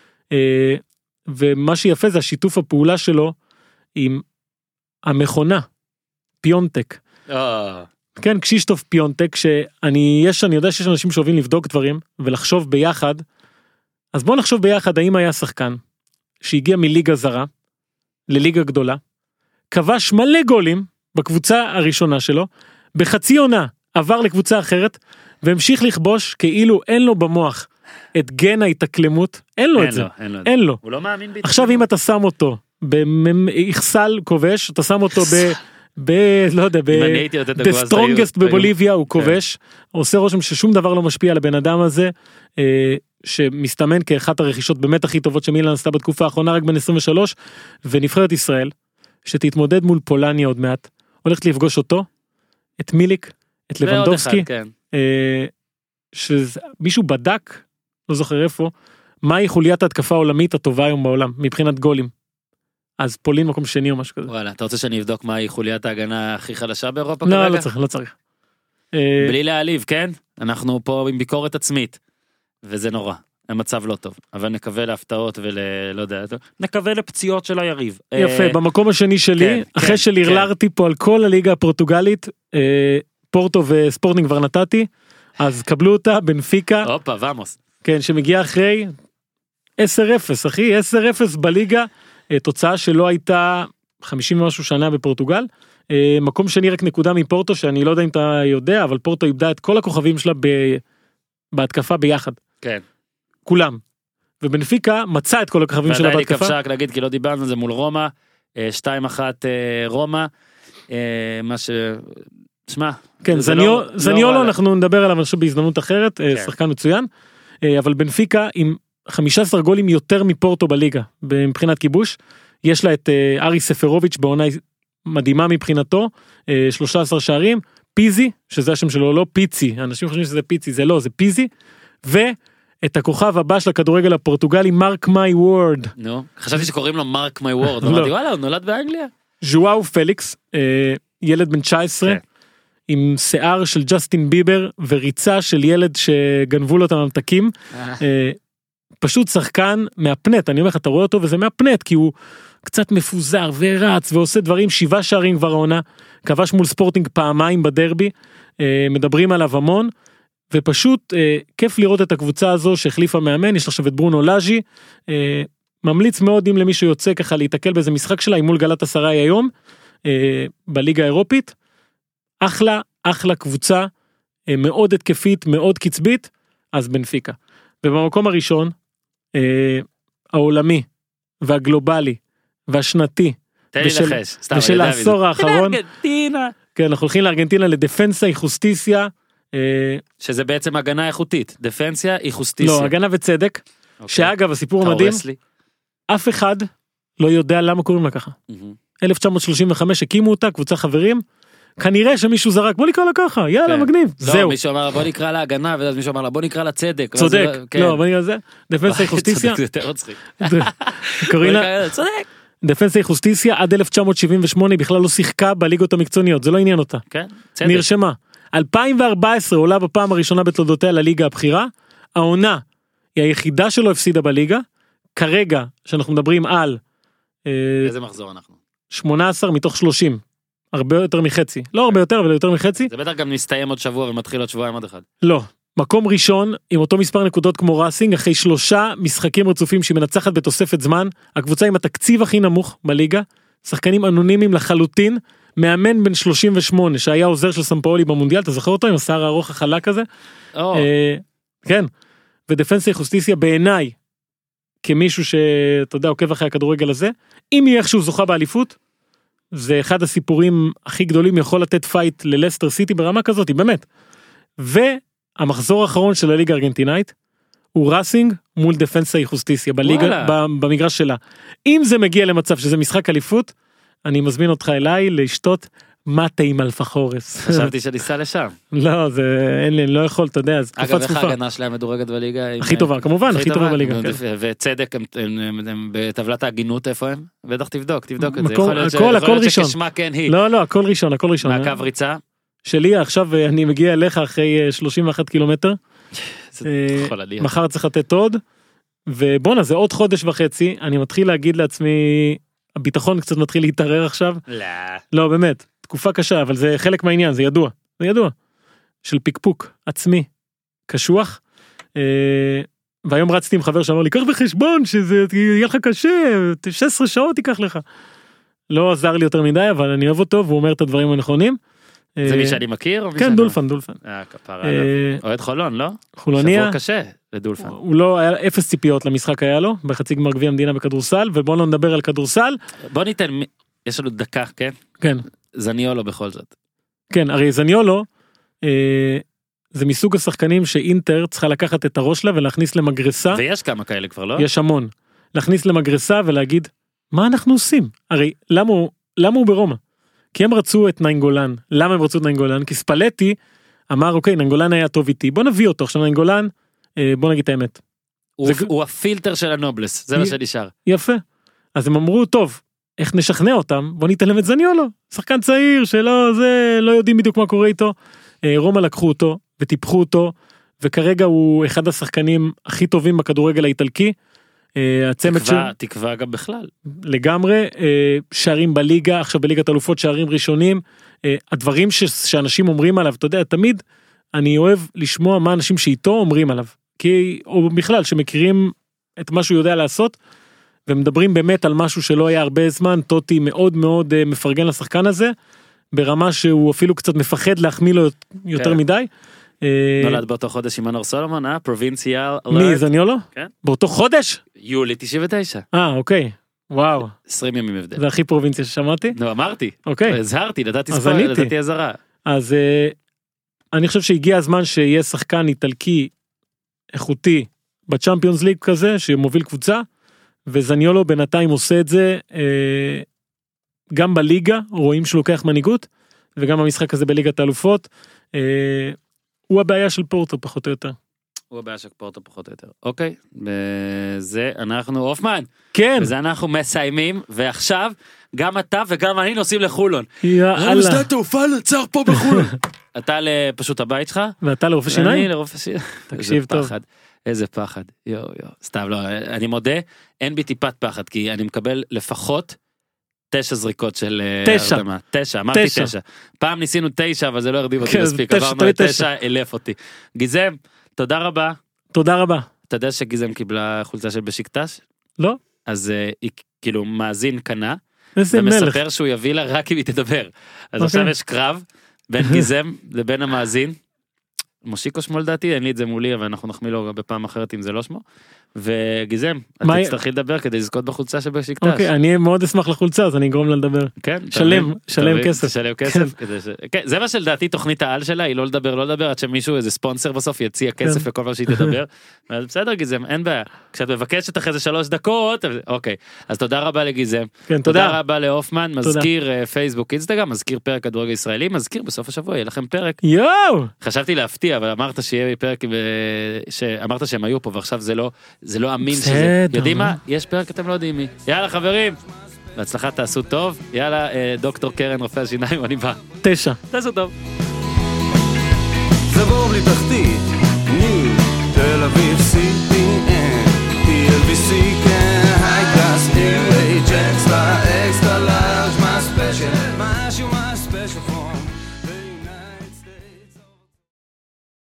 Speaker 2: ומה שיפה זה השיתוף הפעולה שלו עם המכונה, פיונטק. כן, קשישטוף פיונטק, שאני יודע שיש אנשים שאוהבים לבדוק דברים, ולחשוב ביחד, אז בואו נחשוב ביחד, האם היה שחקן, שהגיע מליגה זרה, לליגה גדולה, כבש מלא גולים, בקבוצה הראשונה שלו, בחצי עונה עבר לקבוצה אחרת, והמשיך לכבוש כאילו אין לו במוח את גן ההתאקלמות, אין לו את זה, אין לו.
Speaker 1: הוא לא מאמין בהתאקלמות.
Speaker 2: עכשיו אם אתה שם אותו ביחסל כובש, אתה שם אותו לא יודע, the strongest בבוליביה הוא כובש, עושה רושם ששום דבר לא משפיע על הבן אדם הזה, שמסתמן כאחת הרכישות באמת הכי טובות שמילאן עשתה בתקופה האחרונה, רק בן 23, ונבחרת ישראל, שתתמודד מול פולניה עוד מעט, הולכת לפגוש אותו, את מיליק, את לבנדובסקי, שמישהו בדק, לא זוכר איפה, מהי חוליית ההתקפה העולמית הטובה היום בעולם, מבחינת גולים. אז פולין מקום שני או משהו כזה.
Speaker 1: וואלה, אתה רוצה שאני אבדוק מהי חוליית ההגנה הכי חלשה באירופה?
Speaker 2: לא, לא צריך.
Speaker 1: בלי להעליב, כן? אנחנו פה עם ביקורת עצמית, וזה נורא. המצב לא טוב, אבל נקווה להפתעות ולא יודע, נקווה לפציעות של היריב.
Speaker 2: יפה, במקום השני שלי, אחרי שלרלרתי פה על כל הליגה הפורטוגלית, פורטו וספורטינג כבר נתתי, אז קבלו אותה, בנפיקה.
Speaker 1: הופה, ומוס.
Speaker 2: כן, שמגיע אחרי 10-0, אחי, 10-0 בליגה, תוצאה שלא הייתה 50 ומשהו שנה בפורטוגל, מקום שני רק נקודה מפורטו, שאני לא יודע אם אתה יודע, אבל פורטו איבדה את כל הכוכבים שלה בהתקפה ביחד. כן. כולם. ובנפיקה מצא את כל הכוכבים שלה בהתקפה.
Speaker 1: ועדיין כבשה, להגיד, כי לא דיברנו על זה מול רומא, 2-1 רומא, מה ש... שמע.
Speaker 2: כן, זניולו אנחנו נדבר עליו בהזדמנות אחרת, שחקן מצוין, אבל בנפיקה עם 15 גולים יותר מפורטו בליגה, מבחינת כיבוש, יש לה את ארי ספרוביץ' בעונה מדהימה מבחינתו, 13 שערים, פיזי, שזה השם שלו, לא פיצי, אנשים חושבים שזה פיצי, זה לא, זה פיזי, ואת הכוכב הבא של הכדורגל הפורטוגלי, מרק מיי וורד.
Speaker 1: נו, חשבתי שקוראים לו מרק מיי וורד, אמרתי, וואלה, הוא נולד באנגליה.
Speaker 2: ז'ואאו פליקס, ילד בן 19, עם שיער של ג'סטין ביבר, וריצה של ילד שגנבו לו את הממתקים, פשוט שחקן מהפנט, אני אומר לך, אתה רואה אותו וזה מהפנט, כי הוא קצת מפוזר ורץ ועושה דברים, 7 שערים כבר העונה, כבש מול ספורטינג פעמיים בדרבי, מדברים עליו המון, ופשוט כיף לראות את הקבוצה הזו שהחליפה מאמן, יש עכשיו את ברונו לאז'י, ממליץ מאוד אם למישהו יוצא ככה להתקל באיזה משחק שלה, עם מול גלאטסראי היום, בליגה האירופית, אחלה קבוצה, מאוד התקפית, מאוד קצבית, אז בנפיקה. ובמקום הראשון, העולמי, והגלובלי, והשנתי,
Speaker 1: תן לי לחש. סתם,
Speaker 2: ושל
Speaker 1: אני יודע
Speaker 2: העשור
Speaker 1: מזה.
Speaker 2: האחרון.
Speaker 1: ארגנטינה.
Speaker 2: כן, אנחנו הולכים לארגנטינה לדפנסה איכוסטיסיה,
Speaker 1: שזה בעצם הגנה איכותית. דפנסיה איכוסטיסיה.
Speaker 2: לא, הגנה וצדק,
Speaker 1: אוקיי.
Speaker 2: שאגב, הסיפור
Speaker 1: אתה
Speaker 2: המדהים,
Speaker 1: הורס לי?
Speaker 2: אף אחד לא יודע למה קוראים לה ככה. 1935 הקימו אותה, קבוצה חברים, כנראה שמישהו זרק, בוא נקרא לה ככה, יאללה,
Speaker 1: כן.
Speaker 2: מגניב,
Speaker 1: לא,
Speaker 2: זהו.
Speaker 1: מישהו אמר בוא נקרא לה הגנה, ואז מישהו אמר לה בוא נקרא לה צדק.
Speaker 2: צודק,
Speaker 1: כן.
Speaker 2: לא, בוא נקרא לזה, דפנסה איכוסטיסיה,
Speaker 1: צודק, זה יותר מצחיק.
Speaker 2: קוראים
Speaker 1: בוא
Speaker 2: לה
Speaker 1: נקרא לה צודק.
Speaker 2: דפנסה איכוסטיסיה, עד 1978 בכלל לא שיחקה בליגות המקצועניות, זה לא עניין אותה.
Speaker 1: כן, צדק.
Speaker 2: נרשמה. 2014 עולה בפעם הראשונה בתולדותיה לליגה הבכירה, העונה היא היחידה שלא הפסידה בליגה, כרגע שאנחנו מדברים על
Speaker 1: איזה מחזור אנחנו?
Speaker 2: 18 מתוך 30, הרבה יותר מחצי, לא הרבה יותר אבל יותר מחצי,
Speaker 1: זה בטח גם מסתיים עוד שבוע ומתחיל עוד שבועיים עוד אחד.
Speaker 2: לא. מקום ראשון עם אותו מספר נקודות כמו ראסינג, אחרי 3 משחקים רצופים שהיא מנצחת בתוספת זמן, הקבוצה עם התקציב הכי נמוך בליגה, שחקנים אנונימיים לחלוטין, מאמן בן 38 שהיה עוזר של סמפאולי במונדיאל, אתה זוכר אותו עם השיער הארוך החלק הזה? כן, ודפנסה איכוסטיסיה בעיניי, כמישהו שאתה יודע עוקב אחרי הכדורגל הזה, אם היא איכשהו זוכה באליפות, זה אחד הסיפורים הכי גדולים, יכול לתת פייט ללסטר סיטי ברמה כזאת, באמת. והמחזור האחרון של הליגה הארגנטינאית, הוא ראסינג מול דפנסה איכוסטיסיה, בליגה, במגרש שלה. אם זה מגיע למצב שזה משחק אליפות, אני מזמין אותך אליי לשתות מטה עם אלפחורס.
Speaker 1: חשבתי שניסע לשם.
Speaker 2: לא, זה אין לי, לא יכול, אתה יודע, זה תקופה
Speaker 1: אגב, איך
Speaker 2: צפופה.
Speaker 1: ההגנה שלהם מדורגת בליגה?
Speaker 2: הכי טובה, כמובן, הכי טובה בליגה.
Speaker 1: וצדק, הם בטבלת ההגינות איפה הם? בטח תבדוק את זה.
Speaker 2: הכל
Speaker 1: יכול להיות
Speaker 2: ראשון.
Speaker 1: שכשמה כן היא.
Speaker 2: לא, הכל ראשון, הכל ראשון.
Speaker 1: מהקו ריצה?
Speaker 2: שלי, עכשיו אני מגיע אליך אחרי 31 קילומטר.
Speaker 1: זה יכול עלייה.
Speaker 2: מחר צריך לתת עוד, ובונה, זה עוד חודש וחצי, אני מתחיל להגיד לעצמי, הביטחון קצת מתחיל להתערער עכשיו. לא, באמת, תקופה קשה, אבל זה חלק מהעניין, זה ידוע. של פיקפוק עצמי, קשוח. והיום רצתי עם חבר שאמר לי, קח בחשבון שזה יהיה לך קשה, 16 שעות ייקח לך. לא עזר לי יותר מדי, אבל אני אוהב אותו, והוא אומר את הדברים הנכונים.
Speaker 1: זה מי שאני מכיר?
Speaker 2: כן, דולפן.
Speaker 1: כפרה עליו. אוהד חולון, לא?
Speaker 2: חולוניה.
Speaker 1: שבוע קשה לדולפן.
Speaker 2: הוא לא, היה 0 ציפיות למשחק היה לו, בחצי גמר גביע המדינה בכדורסל, ובואו לא נדבר על כדורסל.
Speaker 1: בוא ניתן, יש לנו דקה, כן?
Speaker 2: כן.
Speaker 1: זניולו בכל זאת.
Speaker 2: כן, הרי זניולו, זה מסוג השחקנים שאינטר צריכה לקחת את הראש לה ולהכניס למגרסה.
Speaker 1: ויש כמה כאלה כבר, לא?
Speaker 2: יש המון. להכניס למגרסה ולהגיד, מה אנחנו עושים? הרי, למה הוא ברומא? כי הם רצו את ניינגולן. למה הם רצו את ניינגולן? כי ספלטי אמר, אוקיי, ניינגולן היה טוב איתי, בוא נביא אותו. עכשיו ניינגולן, בוא נגיד את האמת.
Speaker 1: הוא הפילטר של הנובלס, זה מה שנשאר.
Speaker 2: יפה. אז הם אמרו, טוב, איך נשכנע אותם? בוא ניתן להם את זניולו. שחקן צעיר שלא, זה, לא יודעים בדיוק מה קורה איתו. רומא לקחו אותו וטיפחו אותו, וכרגע הוא אחד השחקנים הכי טובים בכדורגל האיטלקי.
Speaker 1: תקווה גם בכלל.
Speaker 2: לגמרי, שערים בליגה, עכשיו בליגת אלופות שערים ראשונים, הדברים שאנשים אומרים עליו, אתה יודע, תמיד אני אוהב לשמוע מה אנשים שאיתו אומרים עליו, כי, או בכלל, שמכירים את מה שהוא יודע לעשות, ומדברים באמת על משהו שלא היה הרבה זמן, טוטי מאוד מאוד מפרגן לשחקן הזה, ברמה שהוא אפילו קצת מפחד להחמיא לו יותר מדי.
Speaker 1: נולד באותו חודש עם מנור סולומון, פרובינציאל.
Speaker 2: מי, זניולו?
Speaker 1: כן.
Speaker 2: באותו חודש?
Speaker 1: יולי 99.
Speaker 2: אוקיי, וואו.
Speaker 1: 20 ימים הבדל.
Speaker 2: זה הכי פרובינציה ששמעתי?
Speaker 1: לא, אמרתי.
Speaker 2: אוקיי.
Speaker 1: הזהרתי, נתתי עזרה.
Speaker 2: אז אני חושב שהגיע הזמן שיהיה שחקן איטלקי איכותי בצ'אמפיונס ליג כזה, שמוביל קבוצה, וזניולו בינתיים עושה את זה, גם בליגה, רואים שהוא לוקח מנהיגות, וגם במשחק הזה בליגת האלופות, הוא הבעיה של פורטו פחות או יותר.
Speaker 1: הוא הבעיה של פורטו פחות או יותר. אוקיי, בזה אנחנו אופמן.
Speaker 2: כן.
Speaker 1: וזה אנחנו מסיימים, ועכשיו גם אתה וגם אני נוסעים לחולון.
Speaker 2: יאללה.
Speaker 1: שדה תעופה לצר פה בחולון. אתה פשוט הבית שלך.
Speaker 2: ואתה לרופא שיניים?
Speaker 1: אני לרופא שיניים.
Speaker 2: תקשיב טוב.
Speaker 1: איזה פחד. סתם לא, אני מודה, אין בי טיפת פחד, כי אני מקבל לפחות 9 זריקות של הרדמה. 9, אמרתי 9. פעם ניסינו 9, אבל זה לא הרדים אותי מספיק. עברנו את 9, אלף אותי. גיזם, תודה רבה.
Speaker 2: תודה רבה.
Speaker 1: אתה יודע שגיזם קיבלה חולצה של בשיקטש?
Speaker 2: לא.
Speaker 1: אז היא כאילו מאזין קנה,
Speaker 2: איזה מלך.
Speaker 1: ומספר שהוא יביא לה רק אם היא תדבר. אז עכשיו יש קרב בין גיזם לבין המאזין, מושיקו שמו לדעתי, אין לי את זה מולי, אבל אנחנו נחמיא לו בפעם אחרת אם זה לא שמו. וגיזם, אתה תצטרכי לדבר כדי לזכות בחולצה שבשקטש.
Speaker 2: אוקיי, אני מאוד אשמח לחולצה, אז אני אגרום לה לדבר.
Speaker 1: כן,
Speaker 2: שלם כסף.
Speaker 1: שלם כסף. כן, זה מה שלדעתי תוכנית העל שלה, היא לא לדבר, עד שמישהו, איזה ספונסר בסוף יציע כסף וכל פעם שהיא תדבר. בסדר גיזם, אין בעיה. כשאת מבקשת אחרי זה 3 דקות, אוקיי. אז תודה רבה לגיזם. תודה רבה לאופמן, מזכיר פייסבוק, אינסטגרם, מזכיר פרק כדורגל ישראלי, מזכיר בסוף השבוע יהיה לכם פרק. חשבתי להפתיע, אבל אמרת שיהיה פרק שאמרת שהם היו פה ועכשיו זה לא אמין שזה, יודעים מה? יש פרק, אתם לא יודעים מי. יאללה חברים, בהצלחה תעשו טוב, יאללה דוקטור קרן רופא השיניים, אני בא.
Speaker 2: 9.
Speaker 1: תעשו טוב.